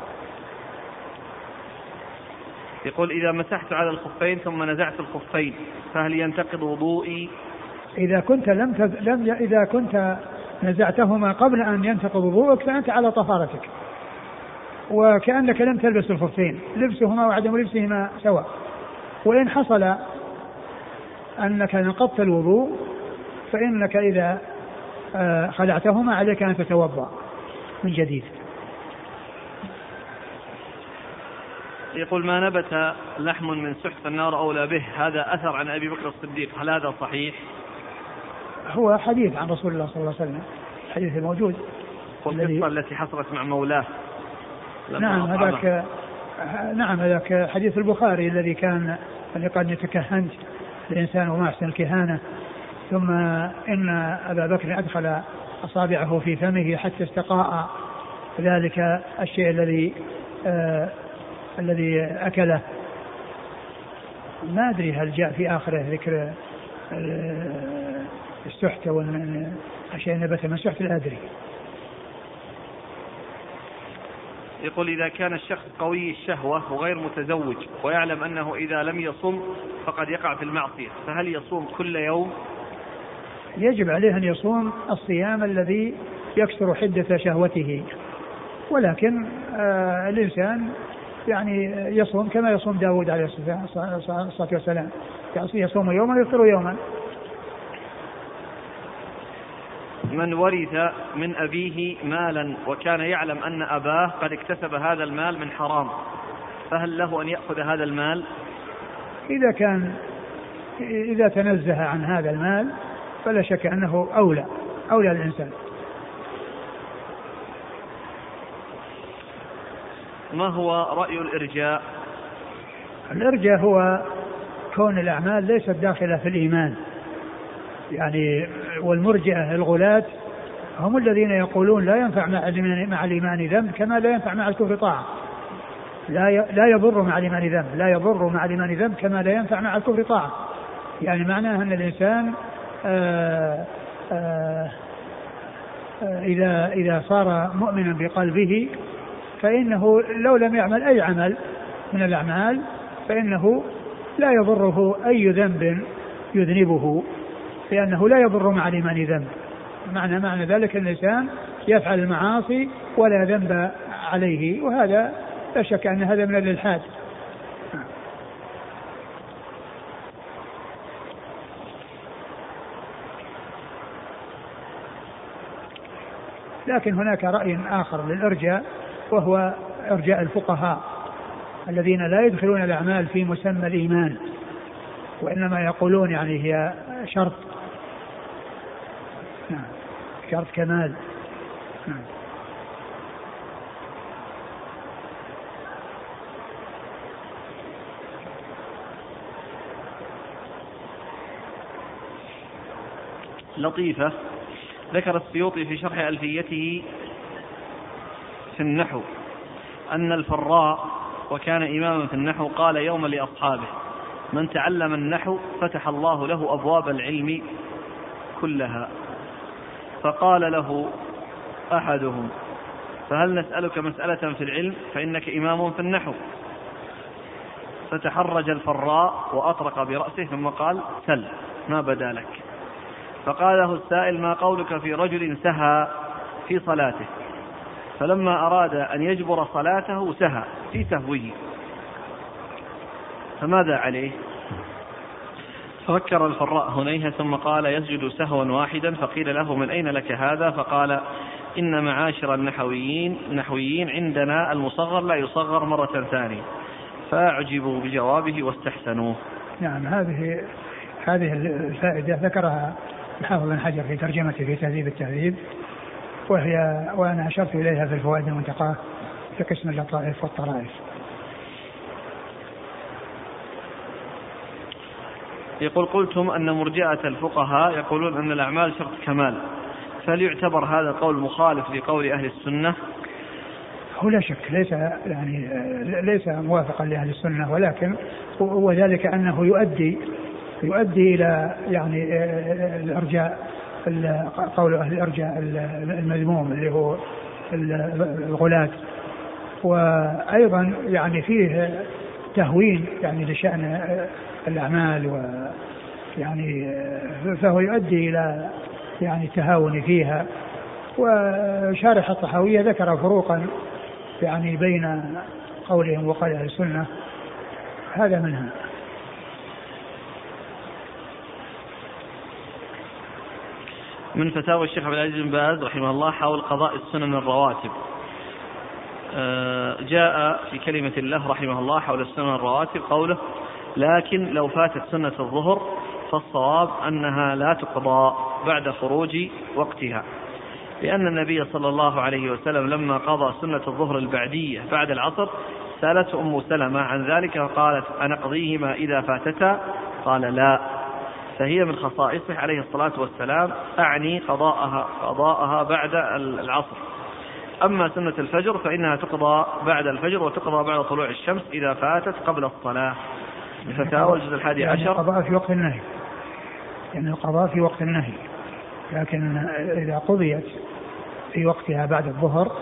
يقول إذا مسحت على الخفين ثم نزعت الخفين فهل ينتقض وضوئي؟ إذا كنت لم تز... لم ي... إذا كنت نزعتهما قبل أن ينتقض وضوءك فأنت على طهارتك، وكأنك لم تلبس الخفين، لبسهما وعدم لبسهما سواء. وإن حصل أنك نقضت الوضوء فإنك إذا خلعتهما عليك أن تتوضأ من جديد. يقول ما نبت لحم من سحت النار أولى به، هذا أثر عن أبي بكر الصديق، هل هذا صحيح؟ هو حديث عن رسول الله صلى الله عليه وسلم، حديث موجود. والقصة التي حصلت مع مولاه. نعم هذاك نعم هذاك حديث البخاري الذي كان اللي قد يتكهنت الإنسان وما أحسن الكهانة، ثم إن أبا بكر أدخل أصابعه في فمه حتى استقاء ذلك الشيء الذي آه الذي أكله. ما أدري هل جاء في آخره ذكر السحت والأشياء نبت من سحت، لا أدري. يقول إذا كان الشخص قوي الشهوة وغير متزوج ويعلم أنه إذا لم يصم فقد يقع في المعصية، فهل يصوم كل يوم؟ يجب عليه أن يصوم الصيام الذي يكسر حدة شهوته، ولكن آه الإنسان يعني يصوم كما يصوم داود عليه الصلاة والسلام، يصوم يوما ويفطر يوما. من ورث من أبيه مالا وكان يعلم أن أباه قد اكتسب هذا المال من حرام، فهل له أن يأخذ هذا المال؟ إذا كان إذا تنزه عن هذا المال فلا شك أنه أولى أولى الإنسان. ما هو رأي الإرجاء؟ الإرجاء هو كون الأعمال ليست داخلة في الإيمان، يعني والمرجئة الغلاة هم الذين يقولون لا ينفع مع الإيمان ذنب كما لا ينفع مع الكفر طاعة، لا لا يضر مع الإيمان ذنب لا يضر مع الإيمان ذنب كما لا ينفع مع الكفر طاعة. يعني معناه أن الإنسان آآ آآ إذا إذا صار مؤمنا بقلبه فإنه لو لم يعمل أي عمل من الأعمال فإنه لا يضره أي ذنب يذنبه، لأنه لا يضر مع الإيمان ذنب. معنى معنى ذلك الإنسان يفعل المعاصي ولا ذنب عليه، وهذا لا شك أن هذا من الإلحاد. لكن هناك رأي آخر للإرجاء، وهو إرجاء الفقهاء الذين لا يدخلون الأعمال في مسمى الإيمان، وإنما يقولون يعني هي شرط شرط كمال. لطيفة. ذكر السيوطي في شرح ألفيته في النحو أن الفراء وكان إماما في النحو قال يوم لأصحابه: من تعلم النحو فتح الله له أبواب العلم كلها. فقال له أحدهم: فهل نسألك مسألة في العلم فإنك إمام في النحو؟ فتحرج الفراء وأطرق برأسه ثم قال: سل ما بدا لك. فقال له السائل: ما قولك في رجل سهى في صلاته، فلما أراد أن يجبر صلاته سهى في سهوه، فماذا عليه؟ ففكر الفراء هنيهة ثم قال يسجد سهوا واحدا. فقيل له من أين لك هذا؟ فقال إن معاشر النحويين نحويين عندنا المصغر لا يصغر مرة ثانية. فأعجبوا بجوابه واستحسنوه. نعم، هذه هذه الفائدة ذكرها الحافظ بن حجر في ترجمته في تهذيب التهذيب، وهي وأنا أشرت إليها في الفوائد المنتقاة في قسم اللطائف والطرائف. يقول قلتم أن مرجئة الفقهاء يقولون أن الأعمال شرط كمال، فهل يعتبر هذا القول مخالف لقول أهل السنة؟ هو لا شك ليس يعني ليس موافقا لأهل السنة، ولكن وذلك أنه يؤدي يؤدي إلى يعني الإرجاء، قول أهل الإرجاء المذموم اللي هو الغلاة، وأيضا يعني فيه تهوين يعني لشأن الأعمال، ويعني فهو يؤدي إلى يعني التهاون فيها. وشارح الطحاوية ذكر فروقا يعني بين قولهم وقول أهل السنة، هذا منها. من فتاوى الشيخ عبد العزيز بن باز رحمه الله حول قضاء السنن الرواتب، جاء في كلمة الله رحمه الله حول السنن الرواتب قوله لكن لو فاتت سنة الظهر فالصواب أنها لا تقضى بعد خروج وقتها، لأن النبي صلى الله عليه وسلم لما قضى سنة الظهر البعدية بعد العصر سألت أم سلمة عن ذلك فقالت أنقضيهما إذا فاتتا؟ قال لا، فهي من خصائصه عليه الصلاة والسلام، أعني قضاءها, قضاءها بعد العصر. أما سنة الفجر فإنها تقضى بعد الفجر وتقضى بعد طلوع الشمس إذا فاتت قبل الصلاة. الفتاوى الجزء الحادي عشر. يعني القضاء في وقت النهي، يعني القضاء في وقت النهي، لكن إذا قضيت في وقتها بعد الظهر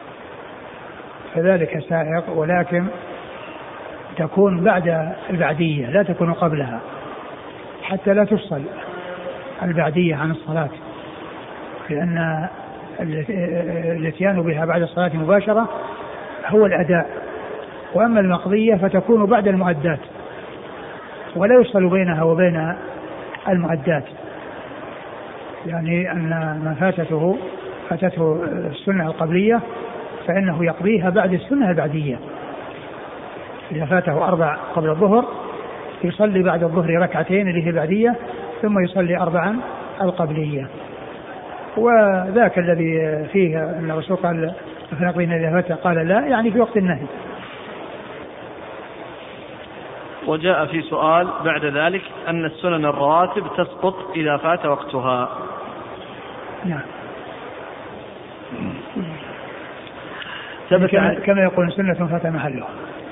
فذلك سائق، ولكن تكون بعد البعدية لا تكون قبلها، حتى لا تفصل البعدية عن الصلاة، لأن الاتيان بها بعد الصلاة مباشرة هو الأداء، وأما المقضية فتكون بعد المؤدات ولا يفصل بينها وبين المؤدات، يعني أن من فاتته فاتته السنة القبلية فإنه يقضيها بعد السنة البعدية. إذا فاته أربع قبل الظهر يصلي بعد الظهر ركعتين اللي هي بعدية، ثم يصلي أربعا القبلية. وذاك الذي فيه أن الرسول قال فنقضينا إذا فات قال لا، يعني في وقت النهي. وجاء في سؤال بعد ذلك أن السنن الرواتب تسقط إذا فات وقتها. نعم، كما, كما يقول سنة فات محلها.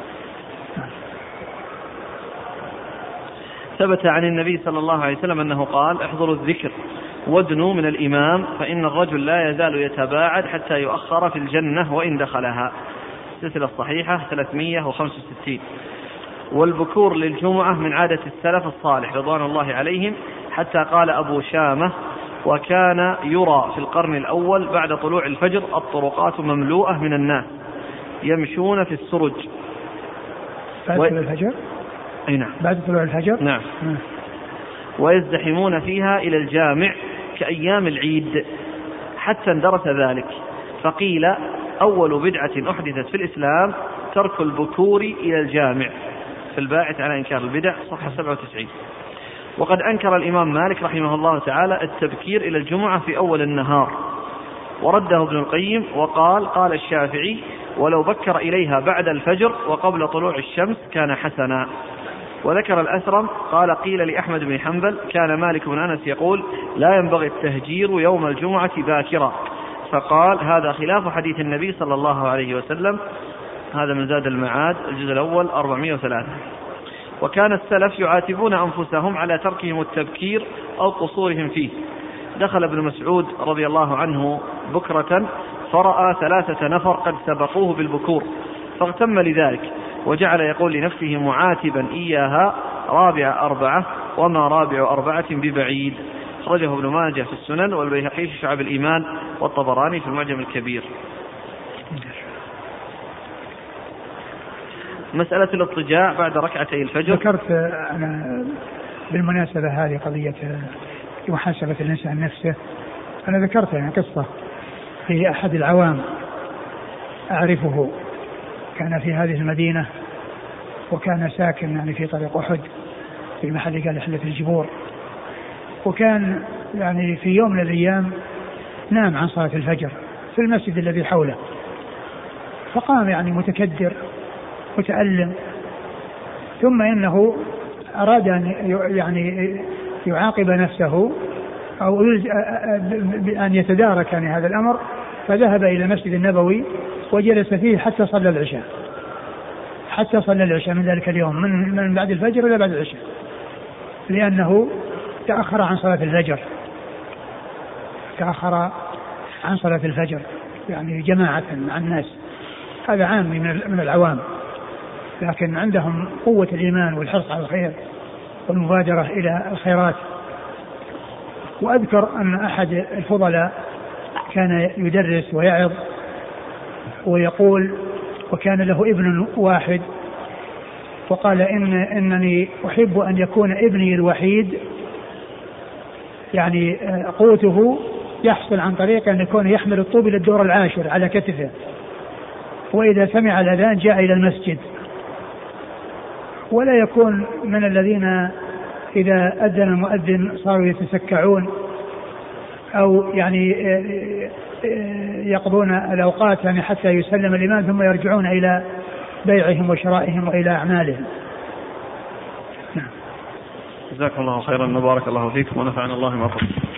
ثبت عن النبي صلى الله عليه وسلم أنه قال احضروا الذكر وادنوا من الإمام فإن الرجل لا يزال يتباعد حتى يؤخر في الجنة وإن دخلها. السلسلة الصحيحة ثلاثمائة وخمسة وستين. والبكور للجمعة من عادة السلف الصالح رضوان الله عليهم، حتى قال أبو شامة وكان يرى في القرن الأول بعد طلوع الفجر الطرقات مملوءة من الناس يمشون في السرج. بعد طلوع الفجر؟ أي نعم، بعد طلوع الفجر. نعم. م. ويزدحمون فيها إلى الجامع كأيام العيد حتى اندرس ذلك، فقيل أول بدعة أحدثت في الإسلام ترك البكور إلى الجامع، في الباعث على إنكار البدع صفحة سبعة وتسعين. وقد أنكر الإمام مالك رحمه الله تعالى التبكير إلى الجمعة في أول النهار، ورده ابن القيم وقال قال الشافعي ولو بكر إليها بعد الفجر وقبل طلوع الشمس كان حسنا. وذكر الأثرم قال قيل لأحمد بن حنبل كان مالك بن أنس يقول لا ينبغي التهجير يوم الجمعة باكرا، فقال هذا خلاف حديث النبي صلى الله عليه وسلم. هذا من زاد المعاد الجزء الأول أربعمائة وثلاثة. وكان السلف يعاتبون أنفسهم على تركهم التبكير أو قصورهم فيه. دخل ابن مسعود رضي الله عنه بكرة فرأى ثلاثة نفر قد سبقوه بالبكور فاغتم لذلك، وجعل يقول لنفسه معاتبا إياها رابع أربعة وما رابع أربعة ببعيد. خرجه ابن ماجه في السنن والبيهقي في شعب الإيمان والطبراني في المعجم الكبير. مسألة الاضطجاع بعد ركعتي الفجر. ذكرت أنا بالمناسبة هذه قضية محاسبة الإنسان نفسه، أنا ذكرت يعني قصة في أحد العوام أعرفه، كان في هذه المدينة وكان ساكن يعني في طريق أحد في محل قال حلة الجبور، وكان يعني في يوم من الأيام نام عن صلاة الفجر في المسجد الذي حوله، فقام يعني متكدر متألم، ثم إنه أراد أن يعني يعاقب نفسه أو أن يتدارك يعني هذا الأمر، فذهب إلى المسجد النبوي وجلس فيه حتى صلى العشاء، حتى صلى العشاء من ذلك اليوم من, من بعد الفجر إلى بعد العشاء، لأنه تأخر عن صلاة الفجر تأخر عن صلاة الفجر يعني جماعة مع الناس. هذا عام من العوام، لكن عندهم قوة الإيمان والحرص على الخير والمبادرة إلى الخيرات. وأذكر أن أحد الفضلاء كان يدرس ويعظ ويقول، وكان له ابن واحد، وقال إن إنني أحب أن يكون ابني الوحيد يعني قوته يحصل عن طريق أن يكون يحمل الطوب إلى الدور العاشر على كتفه، وإذا سمع الأذان جاء إلى المسجد، ولا يكون من الذين إذا أذن المؤذن صاروا يتسكعون أو يعني يقضون الأوقات يعني حتى يسلم الإمام ثم يرجعون إلى بيعهم وشرائهم وإلى أعمالهم. جزاكم الله خيرا وبارك الله فيكم ونفعنا الله ما قلت.